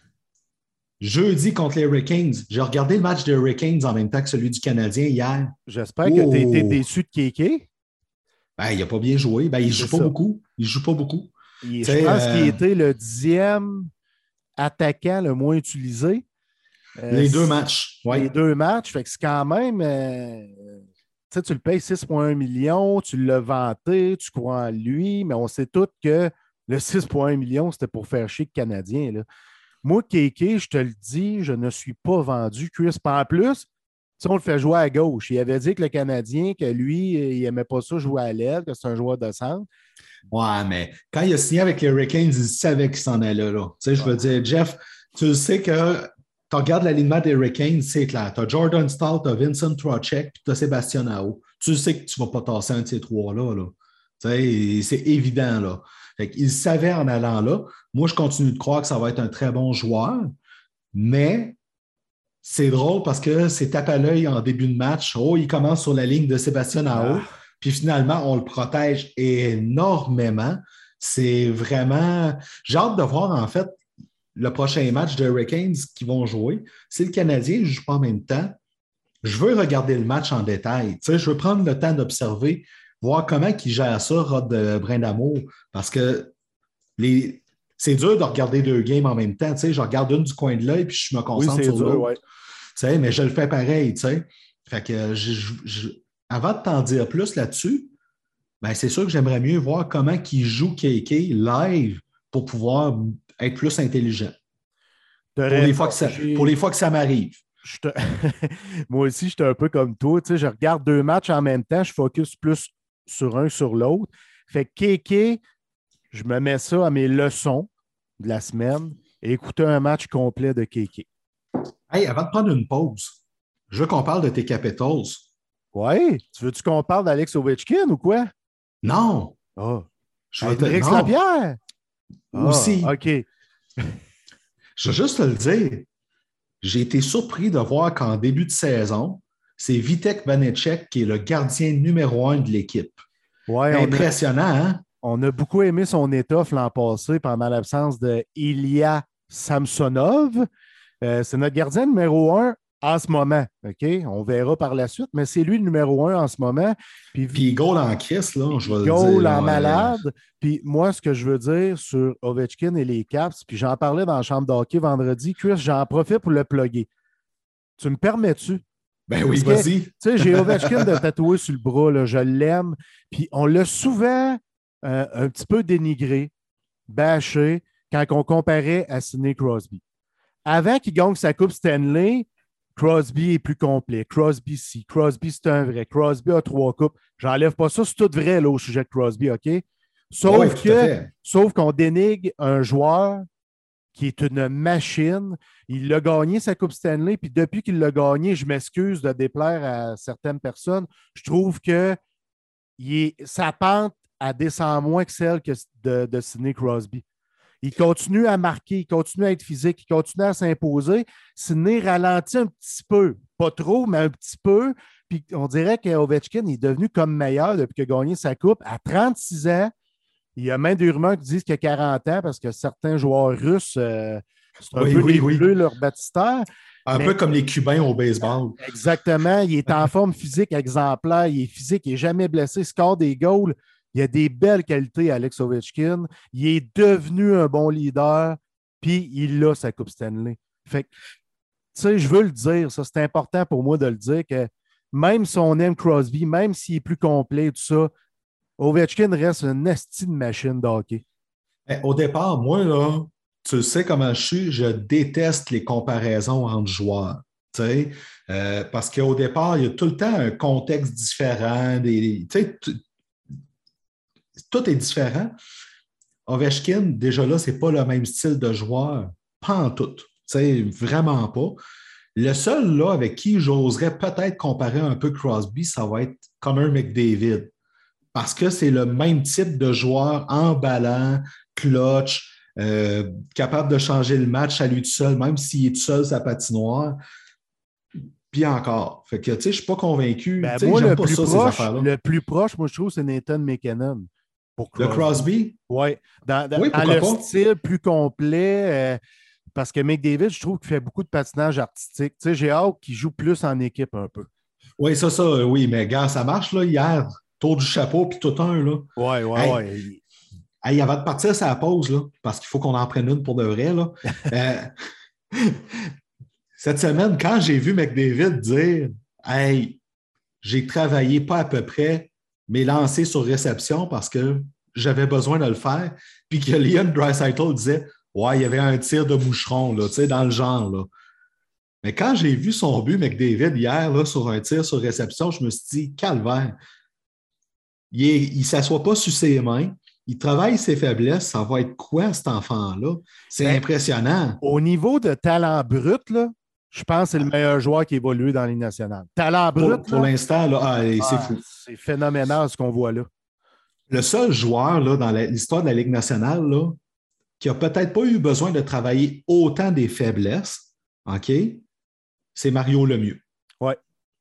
Jeudi contre les Hurricanes. J'ai regardé le match des Hurricanes en même temps que celui du Canadien hier. J'espère oh. que tu as été déçu de Kéké. Ben, il n'a pas bien joué. Ben, il ne joue pas beaucoup. Il ne joue pas beaucoup. Il, je pense euh... qu'il était le dixième attaquant le moins utilisé. Euh, les deux matchs. Ouais. Les deux matchs. Fait que c'est quand même... Euh... Tu sais, tu le payes six virgule un millions, tu l'as vanté, tu crois en lui, mais on sait tous que le six virgule un millions, c'était pour faire chier le Canadien. Là. Moi, Kéké, je te le dis, je ne suis pas vendu. Chris, en plus, on le fait jouer à gauche. Il avait dit que le Canadien, que lui, il n'aimait pas ça jouer à l'aile, que c'est un joueur de centre. Ouais, mais quand il a signé avec les Hurricanes, il savait qu'il s'en allait là. Tu sais, je veux dire, Jeff, tu sais que tu regardes l'alignement des Hurricanes, c'est clair. Tu as Jordan Staal, tu as Vincent Trocheck, puis tu as Sébastien Aho. Tu sais que tu ne vas pas tasser un de ces trois-là. Là. C'est évident. Là. Fait qu'il savait en allant là. Moi, je continue de croire que ça va être un très bon joueur, mais c'est drôle parce que c'est tape à l'œil en début de match. Oh, il commence sur la ligne de Sébastien Aho, ah. puis finalement, on le protège énormément. C'est vraiment... J'ai hâte de voir, en fait, le prochain match de Hurricanes qui vont jouer, si le Canadien ne joue pas en même temps, je veux regarder le match en détail. Tu sais, je veux prendre le temps d'observer, voir comment il gère ça, Rod Brindamour, parce que les... c'est dur de regarder deux games en même temps. Tu sais, je regarde une du coin de l'œil puis je me concentre oui, sur dur, l'autre. Ouais. Tu sais, mais je le fais pareil. Tu sais. Fait que je, je, je... avant de t'en dire plus là-dessus, ben, c'est sûr que j'aimerais mieux voir comment il joue K K live pour pouvoir être plus intelligent. Pour les, fois que ça, pour les fois que ça m'arrive. Te... Moi aussi, j'étais un peu comme toi. Tu sais, je regarde deux matchs en même temps, je focus plus sur un sur l'autre. Fait que K K, je me mets ça à mes leçons de la semaine et écouter un match complet de K K. Hey, avant de prendre une pause, je veux qu'on parle de tes Capitals. Oui? Tu veux-tu qu'on parle d'Alex Ovechkin ou quoi? Non. Oh. Je veux te... Hendrix Lapierre? Aussi. Oh, OK. Je veux juste te le dire. J'ai été surpris de voir qu'en début de saison, c'est Vitek Vanecek qui est le gardien numéro un de l'équipe. Ouais, impressionnant, on a, hein? On a beaucoup aimé son étoffe l'an passé pendant l'absence de Ilya Samsonov. Euh, c'est notre gardien numéro un en ce moment. OK? On verra par la suite, mais c'est lui le numéro un en ce moment. Puis, Puis il goal en kiss, là, je vais le dire. Goal en là, malade. Euh... Puis moi, ce que je veux dire sur Ovechkin et les Caps, puis j'en parlais dans la chambre d'hockey vendredi, Chris, j'en profite pour le plugger. Tu me permets-tu? Ben oui, vas-y. Tu sais, j'ai Ovechkin de tatoué sur le bras, là, je l'aime. Puis on l'a souvent euh, un petit peu dénigré, bâché, quand on comparait à Sidney Crosby. Avant qu'il gagne sa Coupe Stanley, Crosby est plus complet. Crosby, si. Crosby, c'est un vrai. Crosby a trois coupes. J'enlève pas ça. C'est tout vrai là, au sujet de Crosby, OK? Sauf oui, que, sauf qu'on dénigre un joueur qui est une machine. Il a gagné sa Coupe Stanley, puis depuis qu'il l'a gagné, je m'excuse de déplaire à certaines personnes, je trouve que il est, sa pente elle descend moins que celle que de, de Sidney Crosby. Il continue à marquer, il continue à être physique, il continue à s'imposer. Sidney ralentit un petit peu, pas trop, mais un petit peu. Puis on dirait qu'Ovechkin est devenu comme meilleur depuis qu'il a gagné sa coupe à trente-six ans. Il y a même des rumeurs qui disent qu'il a quarante ans parce que certains joueurs russes, euh, c'est un oui, peu oui, les oui. bleus, leur baptistère. Un mais, peu comme les Cubains au baseball. Exactement. Il est en forme physique exemplaire. Il est physique, il n'est jamais blessé, il score des goals. Il a des belles qualités, Alex Ovechkin. Il est devenu un bon leader, puis il a sa Coupe Stanley. Fait que, tu sais, je veux le dire, ça, c'est important pour moi de le dire, que même si on aime Crosby, même s'il est plus complet, tout ça, Ovechkin reste une esti de machine de hockey. Au départ, moi, là, tu sais comment je suis, je déteste les comparaisons entre joueurs. Tu sais, euh, parce qu'au départ, il y a tout le temps un contexte différent. Des, tu sais, tout est différent. Ovechkin, déjà là, ce n'est pas le même style de joueur. Pas en tout. Tu sais, vraiment pas. Le seul là avec qui j'oserais peut-être comparer un peu Crosby, ça va être Connor McDavid. Parce que c'est le même type de joueur emballant, clutch, euh, capable de changer le match à lui tout seul, même s'il est tout seul sa patinoire. Puis encore. Fait que, tu sais, je ne suis pas convaincu. Ben, tu sais, moi, j'aime le pas plus ça, proche, ces affaires-là. le plus proche, moi, je trouve, c'est Nathan McKinnon. Pour Crosby. Le Crosby? Ouais. Dans, dans, oui. dans le pas? Style plus complet, euh, parce que McDavid, je trouve qu'il fait beaucoup de patinage artistique. Tu sais, j'ai hâte qu'il joue plus en équipe un peu. Oui, ça, ça, oui, mais gars, ça marche, là, hier. Tour du chapeau, puis tout un, là. Oui, oui, hey, oui. Hey, avant de partir, c'est la pause, là, parce qu'il faut qu'on en prenne une pour de vrai, là. euh, cette semaine, quand j'ai vu McDavid dire « Hey, j'ai travaillé pas à peu près mes lancers sur réception parce que j'avais besoin de le faire. » Puis que Leon Draisaitl disait « Ouais, il y avait un tir de moucheron, là, tu sais, dans le genre, là. » Mais quand j'ai vu son but, McDavid, hier, là, sur un tir sur réception, je me suis dit « Calvaire! » Il ne s'assoit pas sur ses mains. Il travaille ses faiblesses. Ça va être quoi, cet enfant-là? C'est ben, impressionnant. Au niveau de talent brut, là, je pense que c'est le meilleur joueur qui évolue dans les nationales. Talent brut. Pour, pour l'instant, là, ah, c'est ah, fou. C'est phénoménal ce qu'on voit là. Le seul joueur là, dans l'histoire de la Ligue nationale là, qui n'a peut-être pas eu besoin de travailler autant des faiblesses, OK, c'est Mario Lemieux. Oui.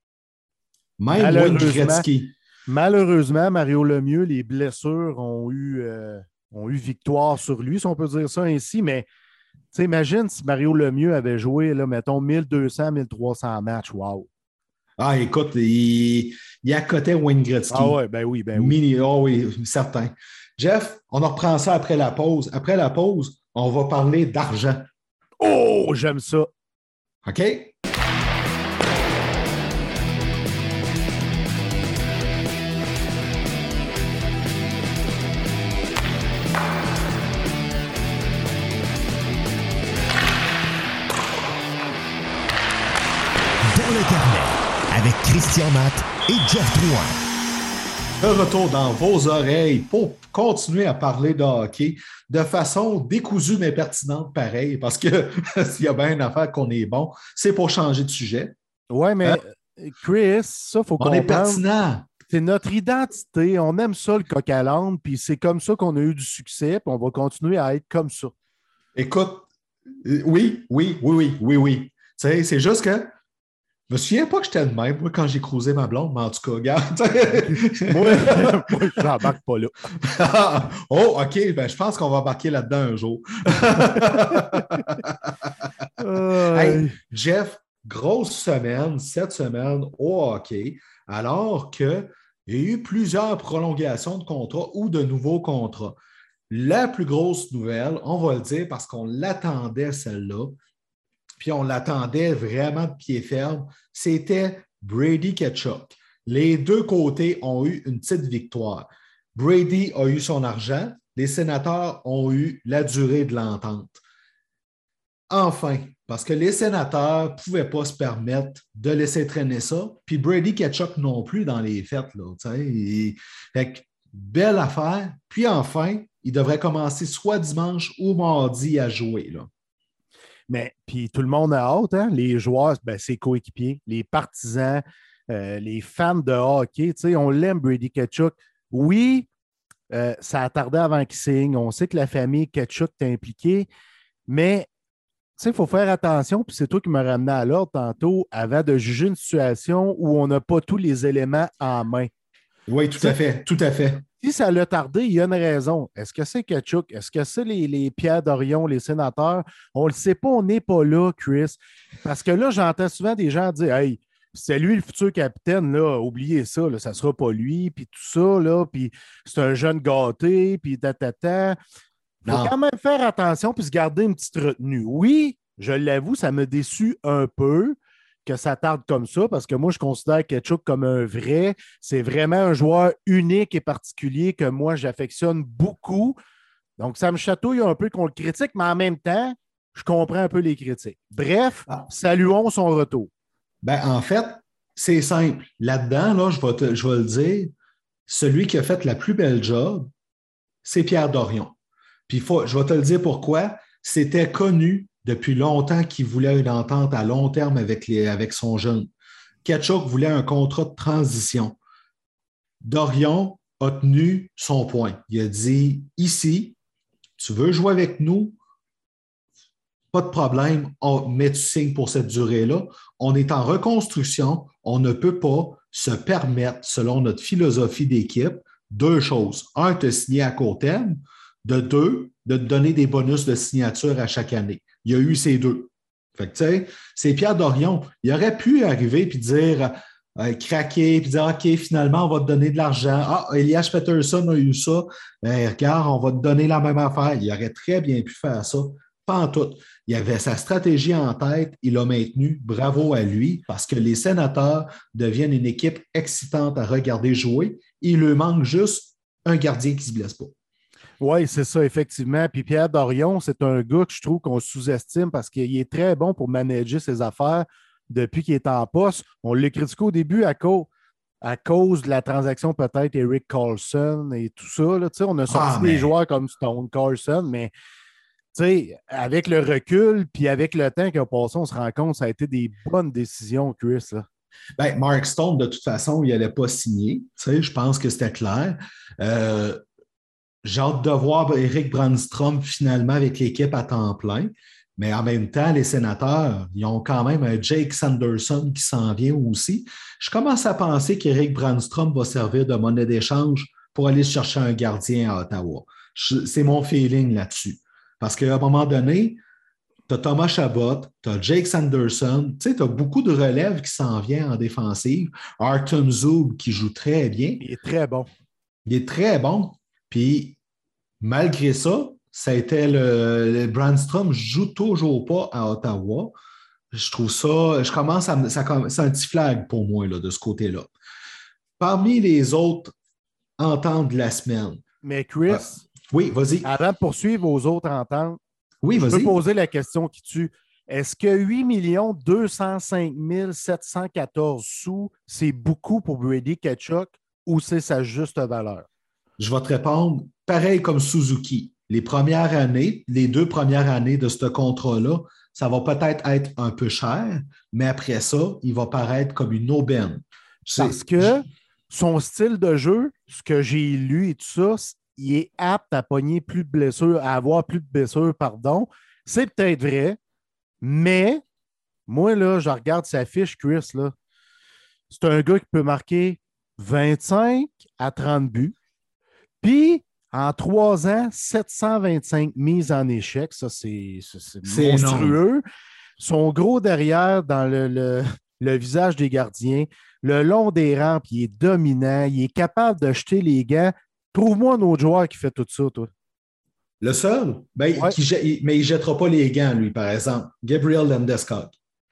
Même Wayne Gretzky. Malheureusement, Mario Lemieux, les blessures ont eu, euh, ont eu victoire sur lui, si on peut dire ça ainsi, mais sais, imagine si Mario Lemieux avait joué, là, mettons, mille deux cents, mille trois cents matchs. Wow! Ah, écoute, il, il accotait Wayne Gretzky. Ah ouais, ben oui, ben oui. Mini, oh oui, certain. Jeff, on en reprend ça après la pause. Après la pause, on va parler d'argent. Oh, j'aime ça. OK? Dans le carnet, avec Christian Matt et Jeff Drouin. De retour dans vos oreilles pour continuer à parler de hockey de façon décousue mais pertinente, pareil, parce que s'il y a bien une affaire qu'on est bon, c'est pour changer de sujet. Ouais, mais hein? Chris, ça, faut comprendre. On est pertinent. C'est notre identité. On aime ça, le coq à l'âne, puis c'est comme ça qu'on a eu du succès, puis on va continuer à être comme ça. Écoute, oui, oui, oui, oui, oui, oui. Tu sais, c'est juste que je me souviens pas que j'étais le même, moi, quand j'ai cruisé ma blonde, mais en tout cas, regarde. moi, moi je n'embarque pas là. Oh, OK, ben, je pense qu'on va embarquer là-dedans un jour. Hey, Jeff, grosse semaine, cette semaine au hockey, alors qu'il y a eu plusieurs prolongations de contrats ou de nouveaux contrats. La plus grosse nouvelle, on va le dire parce qu'on l'attendait, celle-là, puis on l'attendait vraiment de pied ferme, c'était Brady Tkachuk. Les deux côtés ont eu une petite victoire. Brady a eu son argent, les Sénateurs ont eu la durée de l'entente. Enfin, parce que les Sénateurs ne pouvaient pas se permettre de laisser traîner ça, puis Brady Tkachuk non plus dans les fêtes. Là, et, fait que, belle affaire. Puis enfin, il devrait commencer soit dimanche ou mardi à jouer. Là. Mais puis tout le monde a hâte, hein? Les joueurs, ben, ses coéquipiers, les partisans, euh, les fans de hockey, on l'aime, Brady Tkachuk. Oui, euh, ça a tardé avant qu'il signe. On sait que la famille Tkachuk est impliquée, mais il faut faire attention, puis c'est toi qui m'as ramené à l'ordre tantôt, avant de juger une situation où on n'a pas tous les éléments en main. Oui, tout à fait, tout à fait. Si ça l'a tardé, il y a une raison. Est-ce que c'est Tkachuk? Est-ce que c'est les, les Pierre Dorion, les Sénateurs? On ne le sait pas, on n'est pas là, Chris. Parce que là, j'entends souvent des gens dire « Hey, c'est lui le futur capitaine, là, oubliez ça, là, ça ne sera pas lui, puis tout ça, là, puis c'est un jeune gâté, puis tatata. » Il faut quand même faire attention puis se garder une petite retenue. Oui, je l'avoue, ça me déçut un peu que ça tarde comme ça, parce que moi, je considère Tkachuk comme un vrai. C'est vraiment un joueur unique et particulier que moi, j'affectionne beaucoup. Donc, ça me chatouille un peu qu'on le critique, mais en même temps, je comprends un peu les critiques. Bref, ah. Saluons son retour. Ben, en fait, c'est simple. Là-dedans, là, je vais, te, je vais le dire, celui qui a fait la plus belle job, c'est Pierre Dorion. Puis, faut, je vais te le dire pourquoi. C'était connu depuis longtemps qu'il voulait une entente à long terme avec, les, avec son jeune. Tkachuk voulait un contrat de transition. Dorion a tenu son point. Il a dit, ici, tu veux jouer avec nous, pas de problème, on, mais tu signes pour cette durée-là. On est en reconstruction, on ne peut pas se permettre, selon notre philosophie d'équipe, deux choses. Un, te signer à court terme. De deux, de te donner des bonus de signature à chaque année. Il y a eu ces deux. Fait que, tu sais, c'est Pierre Dorion. Il aurait pu arriver et dire, euh, craquer, puis dire, OK, finalement, on va te donner de l'argent. Ah, Elias Pettersson a eu ça. Ben, regarde, on va te donner la même affaire. Il aurait très bien pu faire ça. Pas en tout. Il avait sa stratégie en tête. Il l'a maintenu. Bravo à lui, parce que les Sénateurs deviennent une équipe excitante à regarder jouer. Il lui manque juste un gardien qui ne se blesse pas. Oui, c'est ça, effectivement. Puis Pierre Dorion, c'est un gars que je trouve qu'on sous-estime parce qu'il est très bon pour manager ses affaires depuis qu'il est en poste. On l'a critiqué au début à cause, à cause de la transaction peut-être Eric Carlson et tout ça. Là. On a sorti ah, mais... des joueurs comme Stone Carlson, mais avec le recul puis avec le temps qu'il a passé, on se rend compte que ça a été des bonnes décisions, Chris. Là. Ben, Mark Stone, de toute façon, il n'allait pas signer. Je pense que c'était clair. Euh... J'ai hâte de voir Eric Brandstrom finalement avec l'équipe à temps plein. Mais en même temps, les Sénateurs, ils ont quand même un Jake Sanderson qui s'en vient aussi. Je commence à penser qu'Eric Brandstrom va servir de monnaie d'échange pour aller chercher un gardien à Ottawa. Je, c'est mon feeling là-dessus. Parce qu'à un moment donné, tu as Thomas Chabot, tu as Jake Sanderson, tu sais, tu as beaucoup de relèves qui s'en viennent en défensive. Artem Zub qui joue très bien. Il est très bon. Il est très bon. Puis, malgré ça, ça a été le, le Brandstrom joue toujours pas à Ottawa. Je trouve ça, je commence à, ça, c'est un petit flag pour moi là, de ce côté-là. Parmi les autres ententes de la semaine. Mais Chris, euh, oui, vas-y. Avant de poursuivre aux autres ententes, oui, vas-y. Je peux poser la question qui tue. Est-ce que huit millions deux cent cinq mille sept cent quatorze sous, c'est beaucoup pour Brady Tkachuk ou c'est sa juste valeur? Je vais te répondre pareil comme Suzuki. Les premières années, les deux premières années de ce contrat-là, ça va peut-être être un peu cher, mais après ça, il va paraître comme une aubaine. Parce que son style de jeu, ce que j'ai lu et tout ça, il est apte à pogner plus de blessures, à avoir plus de blessures, pardon. C'est peut-être vrai, mais moi, là, je regarde sa fiche, Chris, là. C'est un gars qui peut marquer vingt-cinq à trente buts. Puis, en trois ans, sept cent vingt-cinq mises en échec. Ça, c'est, c'est, c'est monstrueux. Énorme. Son gros derrière dans le, le, le visage des gardiens, le long des rampes, il est dominant. Il est capable de jeter les gants. Trouve-moi un autre joueur qui fait tout ça, toi. Le seul? Ben, ouais. qui, mais il ne jettera pas les gants, lui, par exemple. Gabriel Landeskog.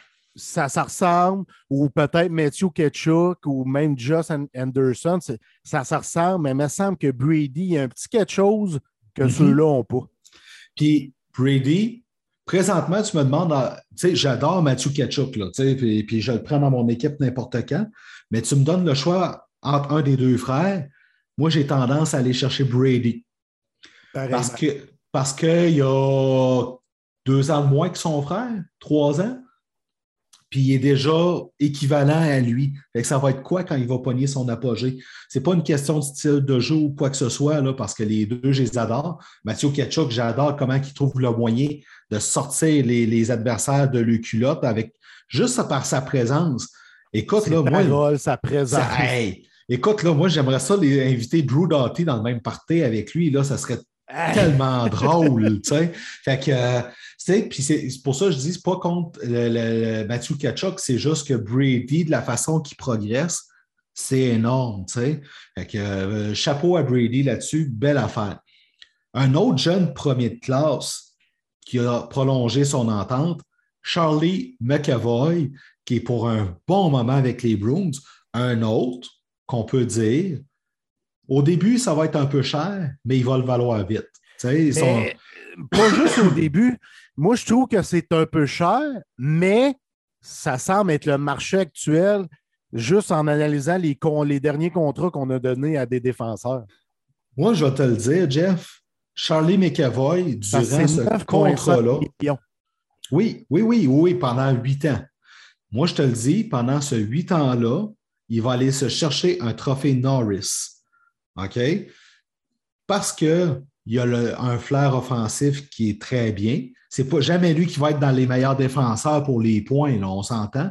Ça, ça ressemble, ou peut-être Matthew Tkachuk, ou même Josh Anderson. Ça, ça ressemble, mais il me semble que Brady, il y a un petit quelque chose que mm-hmm. ceux-là n'ont pas. Puis Brady, présentement, tu me demandes, tu sais, j'adore Matthew Tkachuk, là, tu sais, puis, puis je le prends dans mon équipe n'importe quand, mais tu me donnes le choix entre un des deux frères. Moi, j'ai tendance à aller chercher Brady. Pareillement. Parce que parce qu'il y a deux ans de moins que son frère, trois ans, puis il est déjà équivalent à lui. Fait que ça va être quoi quand il va pogner son apogée? C'est pas une question de style de jeu ou quoi que ce soit, là, parce que les deux, je les adore. Matthew Tkachuk, j'adore comment il trouve le moyen de sortir les, les adversaires de leur culotte avec juste par sa présence. Écoute, c'est là, moi. Parole, sa présence. Ça, hey, écoute, là, moi, j'aimerais ça les inviter Drew Doughty dans le même party avec lui. Là, ça serait hey. tellement drôle, tu sais. Fait que, euh, tu sais, puis c'est, c'est pour ça que je dis, c'est pas contre le, le, le Matthew Tkachuk, c'est juste que Brady, de la façon qu'il progresse, c'est énorme, tu sais. Fait que, euh, chapeau à Brady là-dessus, belle affaire. Un autre jeune premier de classe qui a prolongé son entente, Charlie McAvoy, qui est pour un bon moment avec les Bruins. Un autre qu'on peut dire, au début, ça va être un peu cher, mais il va le valoir vite. Tu sais, ils sont... Pas juste au début. Moi, je trouve que c'est un peu cher, mais ça semble être le marché actuel juste en analysant les, con... les derniers contrats qu'on a donnés à des défenseurs. Moi, je vais te le dire, Jeff, Charlie McAvoy, durant ce contrat-là... Oui, oui, oui, oui, pendant huit ans. Moi, je te le dis, pendant ce huit ans-là, il va aller se chercher un trophée Norris. OK? Parce qu'il y a le, un flair offensif qui est très bien. Ce n'est pas jamais lui qui va être dans les meilleurs défenseurs pour les points, là, on s'entend.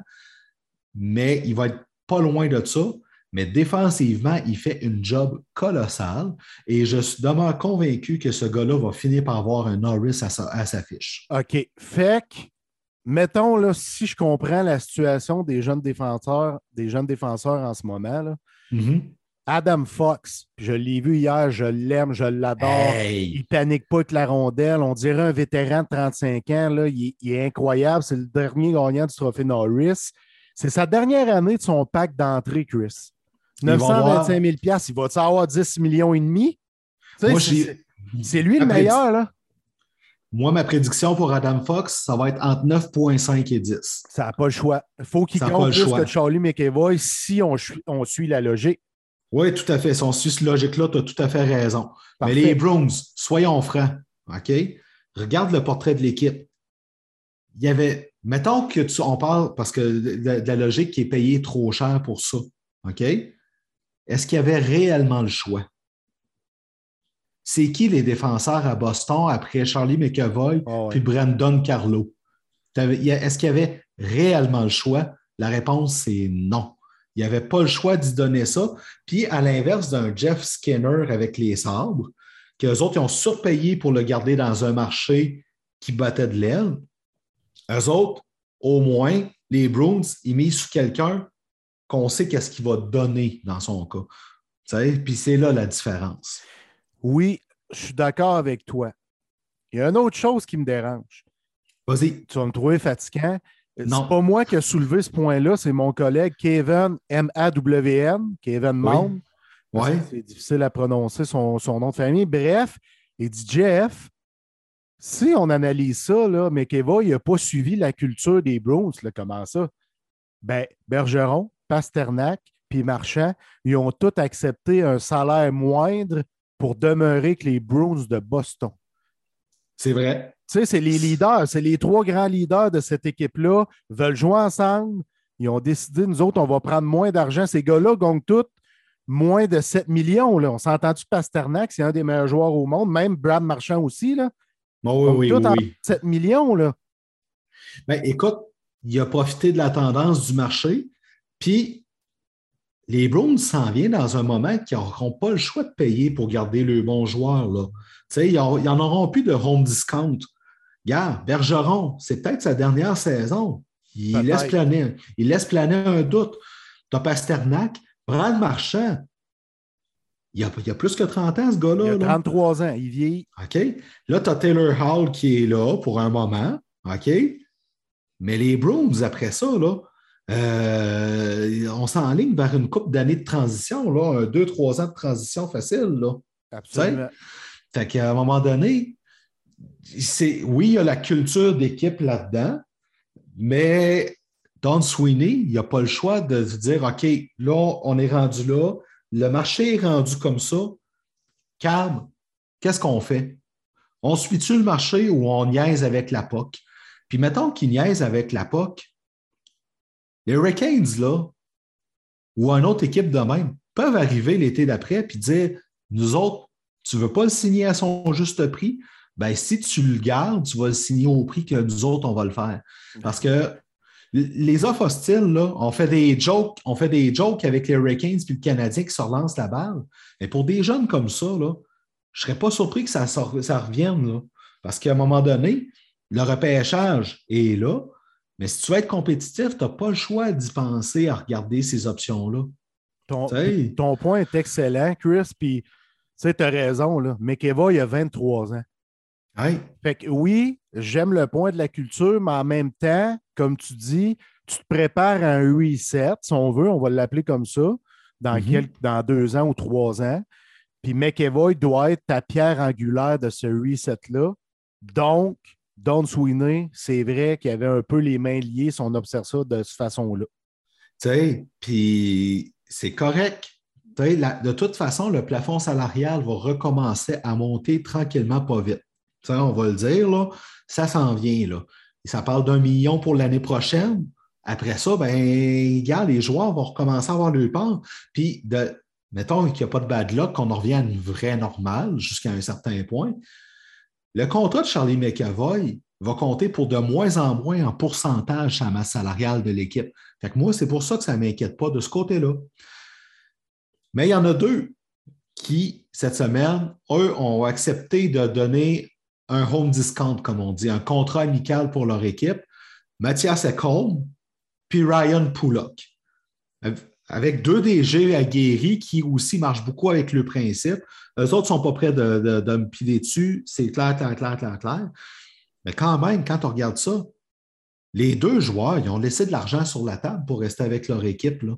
Mais il va être pas loin de ça. Mais défensivement, il fait une job colossale. Et je suis demeure convaincu que ce gars-là va finir par avoir un Norris à sa, à sa fiche. OK. Fait que, mettons, là, si je comprends la situation des jeunes défenseurs, des jeunes défenseurs en ce moment, là, mm-hmm. Adam Fox, je l'ai vu hier, je l'aime, je l'adore. Hey. Il ne panique pas avec la rondelle. On dirait un vétéran de trente-cinq ans. Là, il, il est incroyable. C'est le dernier gagnant du trophée Norris. C'est sa dernière année de son pack d'entrée, Chris. neuf cent vingt-cinq mille dollars. Il va-tu avoir dix millions et demi? Moi, c'est, c'est lui le meilleur, là. Moi, ma prédiction pour Adam Fox, ça va être entre neuf virgule cinq et dix. Ça n'a pas le choix. Il faut qu'il compte plus choix. que Charlie McAvoy si on, on suit la logique. Oui, tout à fait. Si on suit cette logique-là, tu as tout à fait raison. Parfait. Mais les Bruins, soyons francs, OK? Regarde le portrait de l'équipe. Il y avait, mettons que tu, on parle, parce que de, de la logique qui est payée trop cher pour ça, OK? Est-ce qu'il y avait réellement le choix? C'est qui les défenseurs à Boston après Charlie McAvoy oh, ouais. puis Brandon Carlo? Est-ce qu'il y avait réellement le choix? La réponse, c'est non. Il n'y avait pas le choix d'y donner ça. Puis, à l'inverse d'un Jeff Skinner avec les Sabres, qu'eux autres, ils ont surpayé pour le garder dans un marché qui battait de l'aile, Eux autres, au moins, les Bruins, ils misent sur quelqu'un qu'on sait qu'est-ce qu'il va donner dans son cas. Puis c'est là la différence. Oui, je suis d'accord avec toi. Il y a une autre chose qui me dérange. Vas-y. Tu vas me trouver fatigant. Non. C'est pas moi qui ai soulevé ce point-là, c'est mon collègue Kevin M A W N, Kevin Maun. Oui. Ouais. C'est difficile à prononcer son, son nom de famille. Bref, il dit Jeff, si on analyse ça, là, McEvoy n'a pas suivi la culture des Browns. Là, comment ça? Ben, Bergeron, Pasternak, puis Marchand, ils ont tous accepté un salaire moindre pour demeurer que les Browns de Boston. C'est vrai. Tu sais, c'est les leaders, c'est les trois grands leaders de cette équipe-là, veulent jouer ensemble. Ils ont décidé, nous autres, on va prendre moins d'argent. Ces gars-là gagnent tous moins de sept millions. Là. On s'est entendu Pasternak, c'est un des meilleurs joueurs au monde, même Brad Marchand aussi. Là. Oh, oui, oui, tout oui, oui. sept millions. Là. Ben, écoute, il a profité de la tendance du marché, puis les Browns s'en viennent dans un moment qu'ils n'auront pas le choix de payer pour garder le bon joueur. Là. Ils n'en auront plus de home discount. Regarde, Bergeron, c'est peut-être sa dernière saison. Il laisse, planer, il laisse planer un doute. Tu as Pasternak, Brad Marchand. Il a, il a plus que trente ans, ce gars-là. Il a trente-trois là. ans, il vieillit. OK. Là, tu as Taylor Hall qui est là pour un moment. OK. Mais les Browns, après ça, là, euh, on s'enligne vers une couple d'années de transition, là, un, deux, trois ans de transition facile. Là. Absolument. T'sais? Fait qu'à un moment donné, c'est, oui, il y a la culture d'équipe là-dedans, mais Don Sweeney, il n'a pas le choix de dire OK, là, on est rendu là, le marché est rendu comme ça. Calme, qu'est-ce qu'on fait? On suit-tu le marché ou on niaise avec la P O C? Puis mettons qu'ils niaisent avec la P O C, les Hurricanes, là, ou une autre équipe de même, peuvent arriver l'été d'après et dire nous autres, tu ne veux pas le signer à son juste prix? Ben, si tu le gardes, tu vas le signer au prix que nous autres, on va le faire. Parce que les offres hostiles, là, on fait des jokes, on fait des jokes avec les Hurricanes puis le Canadien qui se relance la balle. Mais pour des jeunes comme ça, là, je ne serais pas surpris que ça, ça revienne. Là. Parce qu'à un moment donné, le repêchage est là. Mais si tu veux être compétitif, tu n'as pas le choix d'y penser à regarder ces options-là. Ton, ton point est excellent, Chris. Puis, tu sais, tu as raison. Là. McEvoy, il a vingt-trois ans. Hey. Fait que oui, j'aime le point de la culture, mais en même temps, comme tu dis, tu te prépares à un reset, si on veut, on va l'appeler comme ça, dans, mm-hmm. quelques, dans deux ans ou trois ans. Puis McEvoy doit être ta pierre angulaire de ce reset-là. Donc, Don Sweeney, c'est vrai qu'il avait un peu les mains liées si on observe ça de cette façon-là. Tu sais, puis c'est correct. La, de toute façon, le plafond salarial va recommencer à monter tranquillement, pas vite. T'sais, on va le dire, là, ça s'en vient. Là. Et ça parle d'un million pour l'année prochaine. Après ça, ben, regarde, les joueurs vont recommencer à avoir leur part. Puis, de, mettons qu'il n'y a pas de bad luck, qu'on en revient à une vraie normale jusqu'à un certain point. Le contrat de Charlie McAvoy va compter pour de moins en moins en pourcentage sur la masse salariale de l'équipe. Fait que moi, c'est pour ça que ça ne m'inquiète pas de ce côté-là. Mais il y en a deux qui, cette semaine, eux, ont accepté de donner un home discount, comme on dit, un contrat amical pour leur équipe. Mathias Ekholm puis Ryan Pulock. Avec deux D G aguerris qui aussi marchent beaucoup avec le principe. Eux autres ne sont pas prêts de, de, de me piler dessus. C'est clair, clair, clair, clair, clair. Mais quand même, quand on regarde ça, les deux joueurs, ils ont laissé de l'argent sur la table pour rester avec leur équipe, là.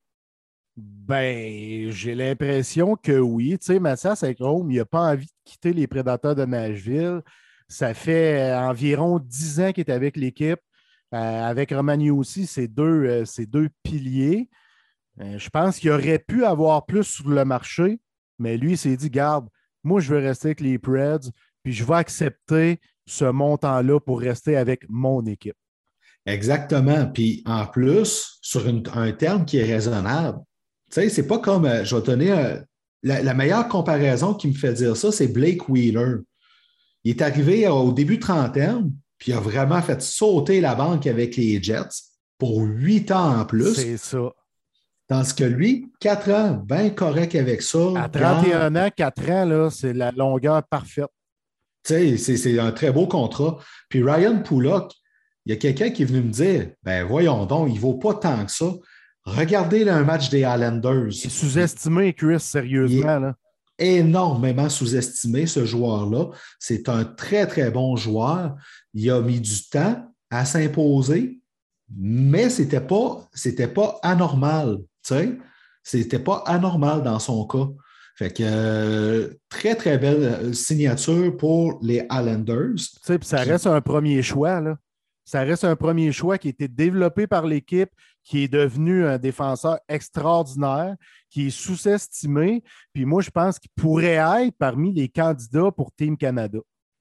Ben, j'ai l'impression que oui. Tu sais, Mathias Ekholm, il n'a pas envie de quitter les Prédateurs de Nashville. Ça fait environ dix ans qu'il est avec l'équipe. Euh, avec Romagny aussi, c'est deux, euh, c'est deux piliers. Euh, je pense qu'il aurait pu avoir plus sur le marché, mais lui, il s'est dit, garde, moi, je veux rester avec les Preds, puis je vais accepter ce montant-là pour rester avec mon équipe. Exactement. Puis en plus, sur une, un terme qui est raisonnable. Tu sais, c'est pas comme, euh, je vais te donner euh, la, la meilleure comparaison qui me fait dire ça, c'est Blake Wheeler. Il est arrivé euh, au début trentaine, puis il a vraiment fait sauter la banque avec les Jets pour huit ans en plus. C'est ça. Tandis que lui, quatre ans, bien correct avec ça. À trente et un ans, quatre ans, là, c'est la longueur parfaite. Tu sais, c'est, c'est un très beau contrat. Puis Ryan Pulock, il y a quelqu'un qui est venu me dire, ben voyons donc, il ne vaut pas tant que ça. Regardez là, un match des Islanders. Il est sous-estimé, Chris, sérieusement. Là. Énormément sous-estimé, ce joueur-là. C'est un très, très bon joueur. Il a mis du temps à s'imposer, mais ce n'était pas, c'était pas anormal. Tu sais? C'était pas anormal dans son cas. Fait que euh, très, très belle signature pour les Islanders. Tu sais, puis ça qui... reste un premier choix, là. Ça reste un premier choix qui a été développé par l'équipe, qui est devenu un défenseur extraordinaire, qui est sous-estimé. Puis moi, je pense qu'il pourrait être parmi les candidats pour Team Canada.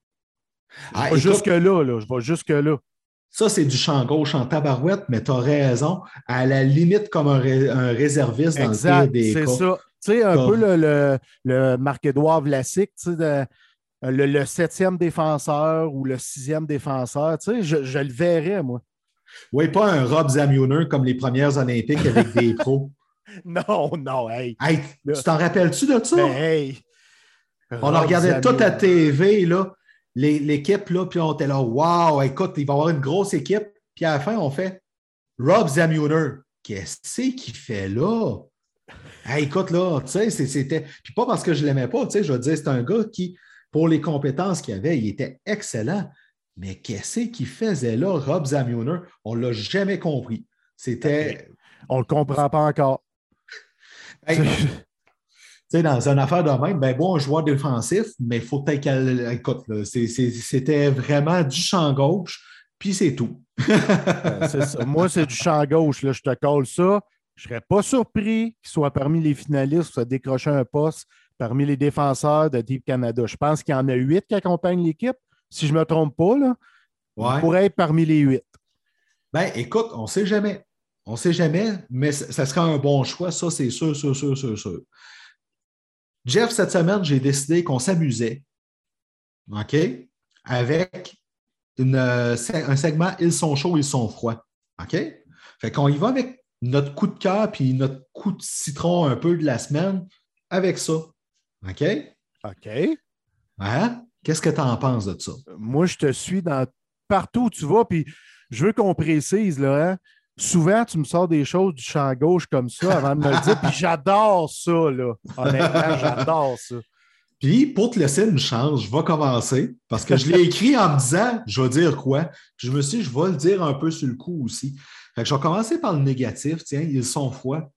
Je ah, vais jusque-là, là. Je vais jusque-là. Ça, c'est du champ gauche en tabarouette, mais tu as raison. À la limite, comme un, ré, un réserviste dans exact, le pire des c'est cas. C'est ça. Tu sais, un Comme... peu le, le, le Marc-Édouard Vlasic, tu sais, de, le, le septième défenseur ou le sixième défenseur, tu sais, je, je le verrais, moi. Oui, pas un Rob Zamioner comme les premières Olympiques avec des pros. Non, non, hey. Hey, tu t'en rappelles-tu de ça? Ben, hey. On en regardait tout à T V, là, l'équipe, là, puis on était là, wow, écoute, il va y avoir une grosse équipe. Puis à la fin, on fait Rob Zamioner. Qu'est-ce qu'il fait là? Hey, écoute, là, tu sais, c'était. Puis pas parce que je ne l'aimais pas, tu sais, je veux dire, c'est un gars qui, pour les compétences qu'il avait, il était excellent. Mais qu'est-ce qu'il faisait là, Rob Zamioner? On ne l'a jamais compris. C'était. On ne le comprend pas encore. Hey, tu sais, dans une affaire de même, ben bon, un joueur défensif, mais il faut peut-être qu'elle. Écoute, là, c'est, c'est, c'était vraiment du champ gauche, puis c'est tout. Ben, c'est ça. Moi, c'est du champ gauche, là, je te colle ça. Je ne serais pas surpris qu'il soit parmi les finalistes pour se décrocher un poste parmi les défenseurs de Team Canada. Je pense qu'il y en a huit qui accompagnent l'équipe. Si je ne me trompe pas, là, ouais. Il pourrait être parmi les huit. Ben, écoute, on ne sait jamais. On ne sait jamais, mais ça serait un bon choix, ça, c'est sûr, sûr, sûr, sûr, sûr. Jeff, cette semaine, j'ai décidé qu'on s'amusait, OK, avec une, un segment « Ils sont chauds, ils sont froids ». OK? Fait qu'on y va avec notre coup de cœur puis notre coup de citron un peu de la semaine avec ça. OK? OK. Hein? Qu'est-ce que tu en penses de ça? Moi, je te suis dans partout où tu vas, puis je veux qu'on précise, là, hein? Souvent, tu me sors des choses du champ gauche comme ça avant de me le dire, puis j'adore ça, là. Honnêtement, j'adore ça. Puis, pour te laisser une chance, je vais commencer, parce que je l'ai écrit en me disant, je vais dire quoi? Puis je me suis dit, je vais le dire un peu sur le coup aussi. Fait que je vais commencer par le négatif. Tiens, ils sont froids.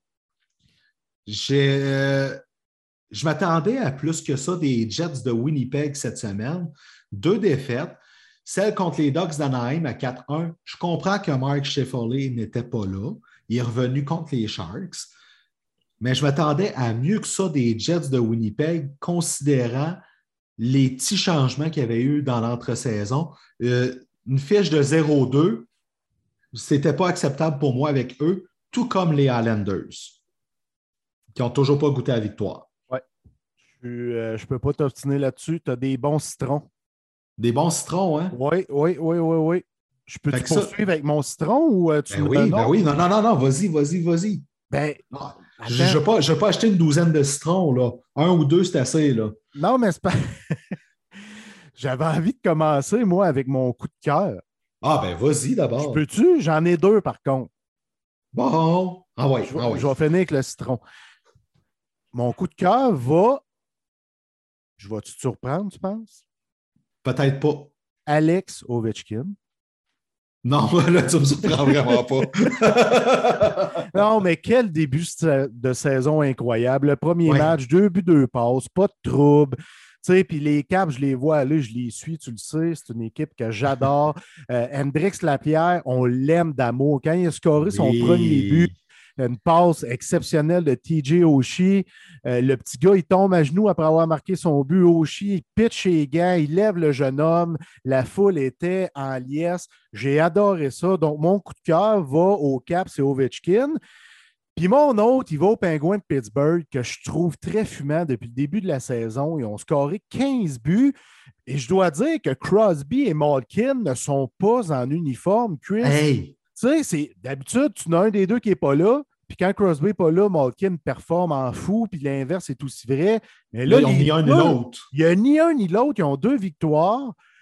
J'ai, euh, je m'attendais à plus que ça des Jets de Winnipeg cette semaine. Deux défaites. Celle contre les Ducks d'Anaheim à quatre un. Je comprends que Mark Sheffield n'était pas là. Il est revenu contre les Sharks. Mais je m'attendais à mieux que ça des Jets de Winnipeg, considérant les petits changements qu'il y avait eu dans l'entre-saison. Euh, une fiche de zéro deux, ce n'était pas acceptable pour moi avec eux, tout comme les Islanders, qui n'ont toujours pas goûté à la victoire. Oui. Je ne euh, peux pas t'obstiner là-dessus. Tu as des bons citrons. Des bons citrons, hein? Oui, oui, oui, oui, oui. Je peux te poursuivre ça... avec mon citron ou euh, tu ben oui, ben oui, non, non, non, non, vas-y, vas-y, vas-y. Ben, non, je ne vais pas, pas acheter une douzaine de citrons, là. Un ou deux, c'est assez, là. Non, mais c'est pas. J'avais envie de commencer, moi, avec mon coup de cœur. Ah, ben vas-y d'abord. Je peux-tu? J'en ai deux, par contre. Bon. Ah ouais, je, ah ouais. Je vais finir avec le citron. Mon coup de cœur va. Je vais-tu te surprendre, tu penses? Peut-être pas. Alex Ovechkin. Non, là, tu me surprends vraiment pas. Non, mais quel début de saison incroyable. Le premier ouais. match, deux buts, deux passes, pas de trouble. Tu sais, puis les Caps, je les vois aller, je les suis, tu le sais, c'est une équipe que j'adore. euh, Hendrix Lapierre, on l'aime d'amour. Quand il a scoré oui. son premier but, une passe exceptionnelle de T J Oshie. Euh, le petit gars, il tombe à genoux après avoir marqué son but. Oshie, il pitch les gants, il lève le jeune homme. La foule était en liesse. J'ai adoré ça. Donc, mon coup de cœur va au Caps et au Ovechkin. Puis mon autre, il va au Pingouins de Pittsburgh, que je trouve très fumant depuis le début de la saison. Ils ont scoré quinze buts. Et je dois dire que Crosby et Malkin ne sont pas en uniforme, Chris. Hey! Tu sais, c'est, d'habitude, tu en as un des deux qui n'est pas là. Puis quand Crosby n'est pas là, Malkin performe en fou. Puis l'inverse est aussi vrai. Mais là, il n'y a ni un ni l'autre. Il n'y a ni un ni l'autre. Ils ont deux victoires.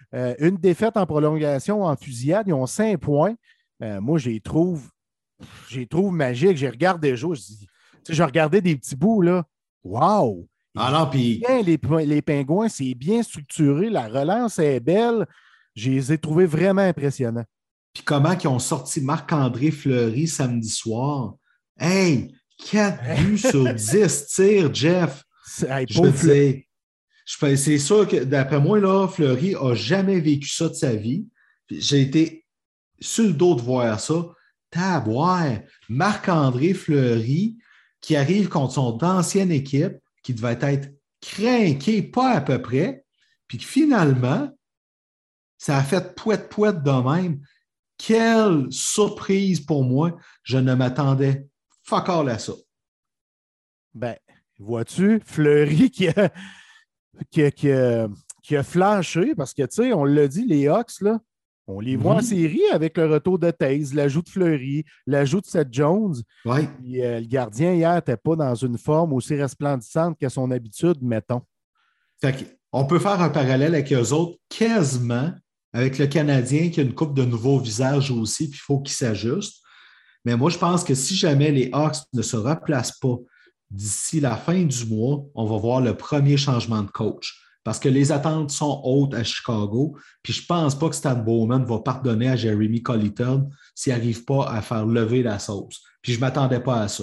Euh, une défaite en prolongation, en fusillade. Ils ont cinq points. Euh, moi, je les trouve, je les trouve magiques. J'ai regardé les jours. Je, dis, je regardais des petits bouts, là. Wow! Ah non, puis... Les, les Pingouins, c'est bien structuré. La relance est belle. Je les ai trouvés vraiment impressionnants. Puis comment ils ont sorti Marc-André Fleury samedi soir? Hey! quatre buts sur dix tirs, Jeff! Hey, je veux dire, je, c'est sûr que, d'après moi, là, Fleury n'a jamais vécu ça de sa vie. J'ai été sur le dos de voir ça. Tabouère! Marc-André Fleury qui arrive contre son ancienne équipe, qui devait être craqué, pas à peu près, puis que finalement, ça a fait pouette-pouette de même. Quelle surprise pour moi! Je ne m'attendais fuck all à ça. Ben, vois-tu, Fleury qui a, qui a, qui a, qui a flashé, parce que, tu sais, on l'a dit, les Hawks, là, on les voit mm-hmm. en série avec le retour de Taze, l'ajout de Fleury, l'ajout de Seth Jones. Ouais. Puis, euh, le gardien, hier, n'était pas dans une forme aussi resplendissante qu'à son habitude, mettons. Fait on peut faire un parallèle avec eux autres, quasiment, avec le Canadien qui a une coupe de nouveaux visages aussi, puis il faut qu'il s'ajuste. Mais moi, je pense que si jamais les Hawks ne se replacent pas d'ici la fin du mois, on va voir le premier changement de coach. Parce que les attentes sont hautes à Chicago. Puis je ne pense pas que Stan Bowman va pardonner à Jeremy Colliton s'il n'arrive pas à faire lever la sauce. Puis je ne m'attendais pas à ça.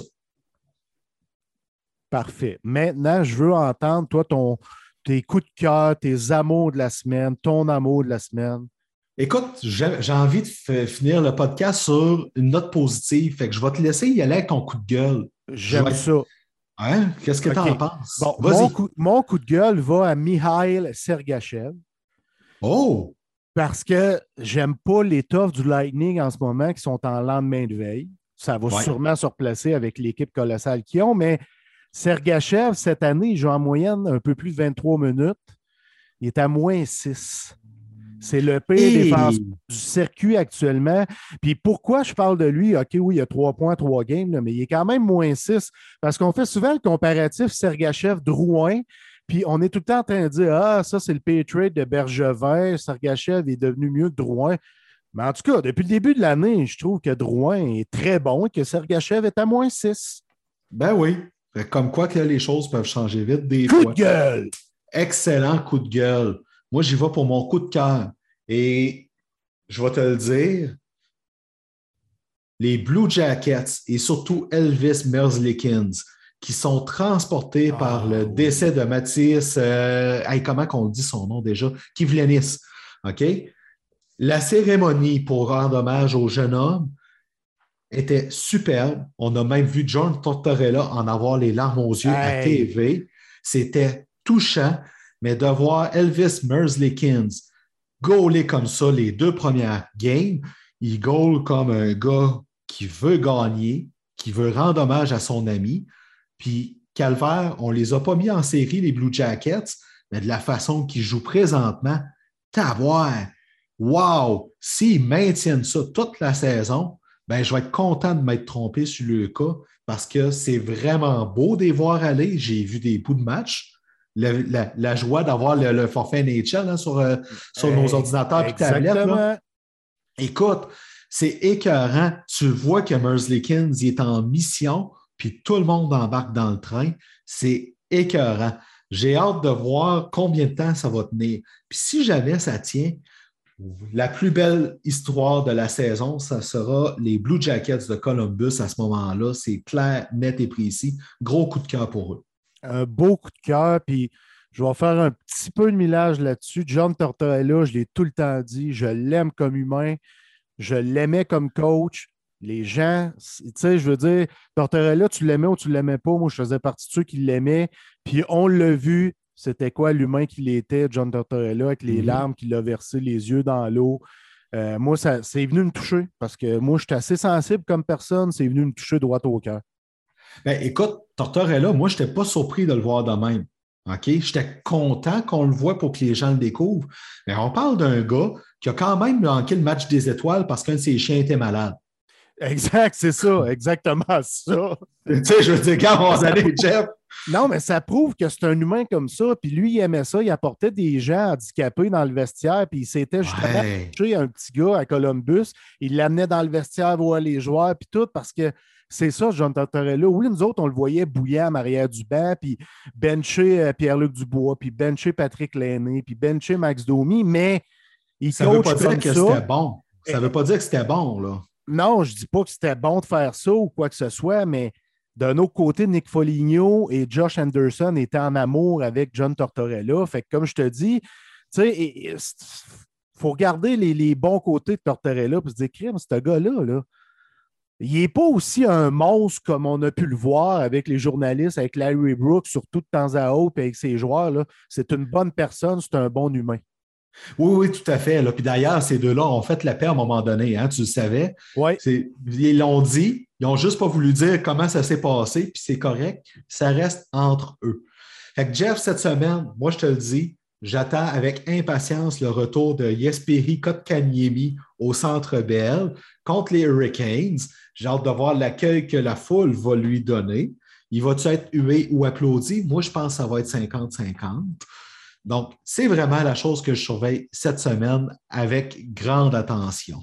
Parfait. Maintenant, je veux entendre, toi, ton, tes coups de cœur, tes amours de la semaine, ton amour de la semaine. Écoute, j'ai, j'ai envie de f- finir le podcast sur une note positive. Fait que je vais te laisser y aller avec ton coup de gueule. J'aime vais... ça. Hein? Qu'est-ce que okay. tu en penses? Bon, mon coup, mon coup de gueule va à Mikhail Sergachev. Oh! Parce que j'aime pas l'étoffe du Lightning en ce moment qui sont en lendemain de veille. Ça va ouais. sûrement se replacer avec l'équipe colossale qu'ils ont, mais Sergachev, cette année, il joue en moyenne un peu plus de vingt-trois minutes. Il est à moins six. C'est le pire hey. défenseur du circuit actuellement. Puis pourquoi je parle de lui? OK, oui, il y a trois points, trois games, là, mais il est quand même moins six. Parce qu'on fait souvent le comparatif Sergachev-Drouin, puis on est tout le temps en train de dire « Ah, ça, c'est le pay trade de Bergevin. Sergachev est devenu mieux que Drouin. » Mais en tout cas, depuis le début de l'année, je trouve que Drouin est très bon et que Sergachev est à moins six. Ben oui. Comme quoi que les choses peuvent changer vite des coup fois. Coup de gueule! Excellent coup de gueule. Moi, j'y vais pour mon coup de cœur. Et je vais te le dire, les Blue Jackets et surtout Elvis Merzlikins qui sont transportés oh, par le oui. décès de Mathis, euh, hey, comment qu'on dit son nom déjà? Kivlenis. OK? La cérémonie pour rendre hommage au jeune homme était superbe. On a même vu John Tortorella en avoir les larmes aux yeux hey. à T V. C'était touchant, mais de voir Elvis Merzlikins goaler comme ça les deux premières games, il goal comme un gars qui veut gagner, qui veut rendre hommage à son ami. Puis, calvaire, on ne les a pas mis en série, les Blue Jackets, mais de la façon qu'ils jouent présentement, taboire! Wow! S'ils maintiennent ça toute la saison, ben, je vais être content de m'être trompé sur le cas parce que c'est vraiment beau de les voir aller. J'ai vu des bouts de match. Le, la, la joie d'avoir le, le forfait N H L hein, sur, euh, sur hey, nos ordinateurs et tablettes. Là. Écoute, c'est écœurant. Tu vois que Merzlikins est en mission, puis tout le monde embarque dans le train. C'est écœurant. J'ai hâte de voir combien de temps ça va tenir. Puis si jamais ça tient, la plus belle histoire de la saison, ça sera les Blue Jackets de Columbus à ce moment-là. C'est clair, net et précis. Gros coup de cœur pour eux. Un beau coup de cœur, puis je vais faire un petit peu de millage là-dessus. John Tortorella, je l'ai tout le temps dit, je l'aime comme humain, je l'aimais comme coach. Les gens, tu sais, je veux dire, Tortorella, tu l'aimais ou tu ne l'aimais pas, moi je faisais partie de ceux qui l'aimaient, puis on l'a vu, c'était quoi l'humain qu'il était, John Tortorella, avec les mm-hmm. larmes qu'il a versées, les yeux dans l'eau. Euh, moi, ça, c'est venu me toucher, parce que moi, je suis assez sensible comme personne, c'est venu me toucher droit au cœur. Ben, écoute, Tortorella, moi, je n'étais pas surpris de le voir de même. OK? J'étais content qu'on le voit pour que les gens le découvrent. Mais on parle d'un gars qui a quand même manqué le match des étoiles parce qu'un de ses chiens était malade. Exact, c'est ça, exactement ça. Tu sais, je veux dire, quand on allait, Jeff, Non, mais ça prouve que c'est un humain comme ça. Puis lui, il aimait ça. Il apportait des gens handicapés dans le vestiaire. Puis il s'était justement Ouais. chez un petit gars à Columbus. Il l'amenait dans le vestiaire voir les joueurs. Puis tout, parce que c'est ça, John Tortorella. Oui, nous autres, on le voyait bouillant en arrière du banc. Puis bencher euh, Pierre-Luc Dubois. Puis bencher Patrick Lainé. Puis bencher Max Domi. Mais il Ça ne veut coach pas dire comme que ça. c'était bon. Ça ne veut pas dire que c'était bon, là. Non, je ne dis pas que c'était bon de faire ça ou quoi que ce soit, mais d'un autre côté, Nick Foligno et Josh Anderson étaient en amour avec John Tortorella. Fait que comme je te dis, tu sais, il faut regarder les, les bons côtés de Tortorella et se dire, crime, ce gars-là, là, il n'est pas aussi un monstre comme on a pu le voir avec les journalistes, avec Larry Brooks, surtout de temps à autre, et avec ses joueurs. Là. C'est une bonne personne, c'est un bon humain. Oui, oui, tout à fait. Là. Puis d'ailleurs, ces deux-là ont fait la paix à un moment donné, hein, tu le savais. Ouais. C'est, ils l'ont dit, ils n'ont juste pas voulu dire comment ça s'est passé, puis c'est correct, ça reste entre eux. Fait que Jeff, cette semaine, moi je te le dis, j'attends avec impatience le retour de Jesperi Kotkaniemi au Centre Bell contre les Hurricanes. J'ai hâte de voir l'accueil que la foule va lui donner. Il va-tu être hué ou applaudi? Moi, je pense que ça va être cinquante cinquante. Donc, c'est vraiment la chose que je surveille cette semaine avec grande attention.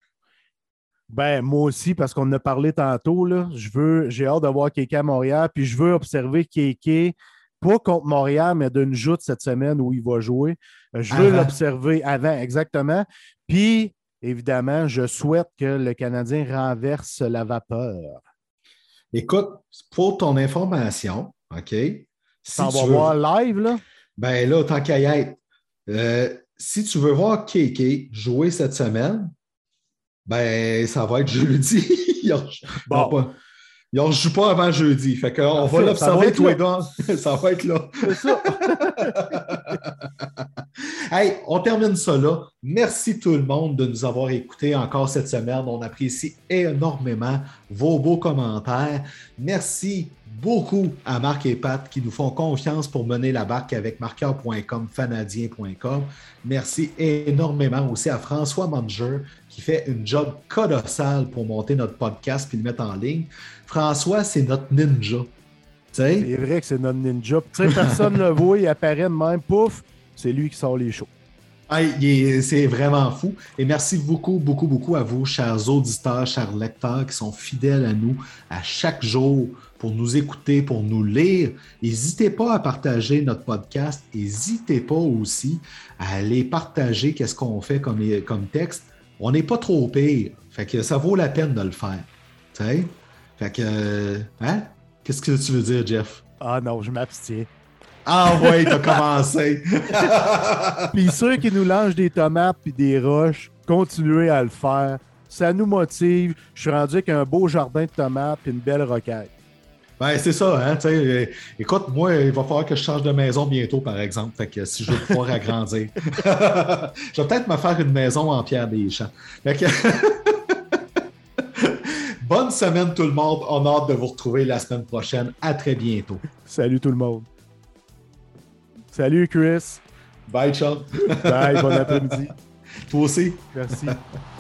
Ben, moi aussi, parce qu'on en a parlé tantôt, là, je veux, j'ai hâte de voir Kéké à Montréal, puis je veux observer Kéké, pas contre Montréal, mais d'une joute cette semaine où il va jouer. Je veux Avant. l'observer avant, exactement. Puis, évidemment, je souhaite que le Canadien renverse la vapeur. Écoute, pour ton information, OK? Si On tu va veux... voir live, là. Ben là, tant qu'à y être, euh, si tu veux voir Kéké jouer cette semaine, ben ça va être jeudi. Ils ne jouent pas avant jeudi. Fait qu'on En va fait, l'observer tous les là. deux. Ça va être là. C'est ça. Hey, on termine ça là. Merci tout le monde de nous avoir écoutés encore cette semaine. On apprécie énormément vos beaux commentaires. Merci beaucoup à Marc et Pat qui nous font confiance pour mener la barque avec marqueur point com, fanadien point com. Merci énormément aussi à François Manger qui fait une job colossale pour monter notre podcast et le mettre en ligne. François, c'est notre ninja. T'sais? C'est vrai que c'est notre ninja. Tu sais, personne ne le voit, il apparaît de même, pouf, c'est lui qui sort les shows. Hey, c'est vraiment fou. Et merci beaucoup, beaucoup, beaucoup à vous, chers auditeurs, chers lecteurs qui sont fidèles à nous à chaque jour pour nous écouter, pour nous lire. N'hésitez pas à partager notre podcast. N'hésitez pas aussi à aller partager qu'est-ce qu'on fait comme, comme texte. On n'est pas trop pire. Fait que ça vaut la peine de le faire. T'sais? Fait que, hein? Qu'est-ce que tu veux dire, Jeff? Ah non, je m'abstiens. Ah ouais, t'as commencé. Puis ceux qui nous lancent des tomates puis des roches, continuez à le faire. Ça nous motive. Je suis rendu avec un beau jardin de tomates puis une belle roquette. Ben, c'est ça, hein, tu sais. Écoute, moi, il va falloir que je change de maison bientôt, par exemple. Fait que si je veux pouvoir agrandir. Je vais peut-être me faire une maison en pierre des champs. Fait que... Bonne semaine tout le monde. On a hâte de vous retrouver la semaine prochaine. À très bientôt. Salut tout le monde. Salut Chris. Bye, Sean. Bye, bon après-midi. Toi aussi. Merci.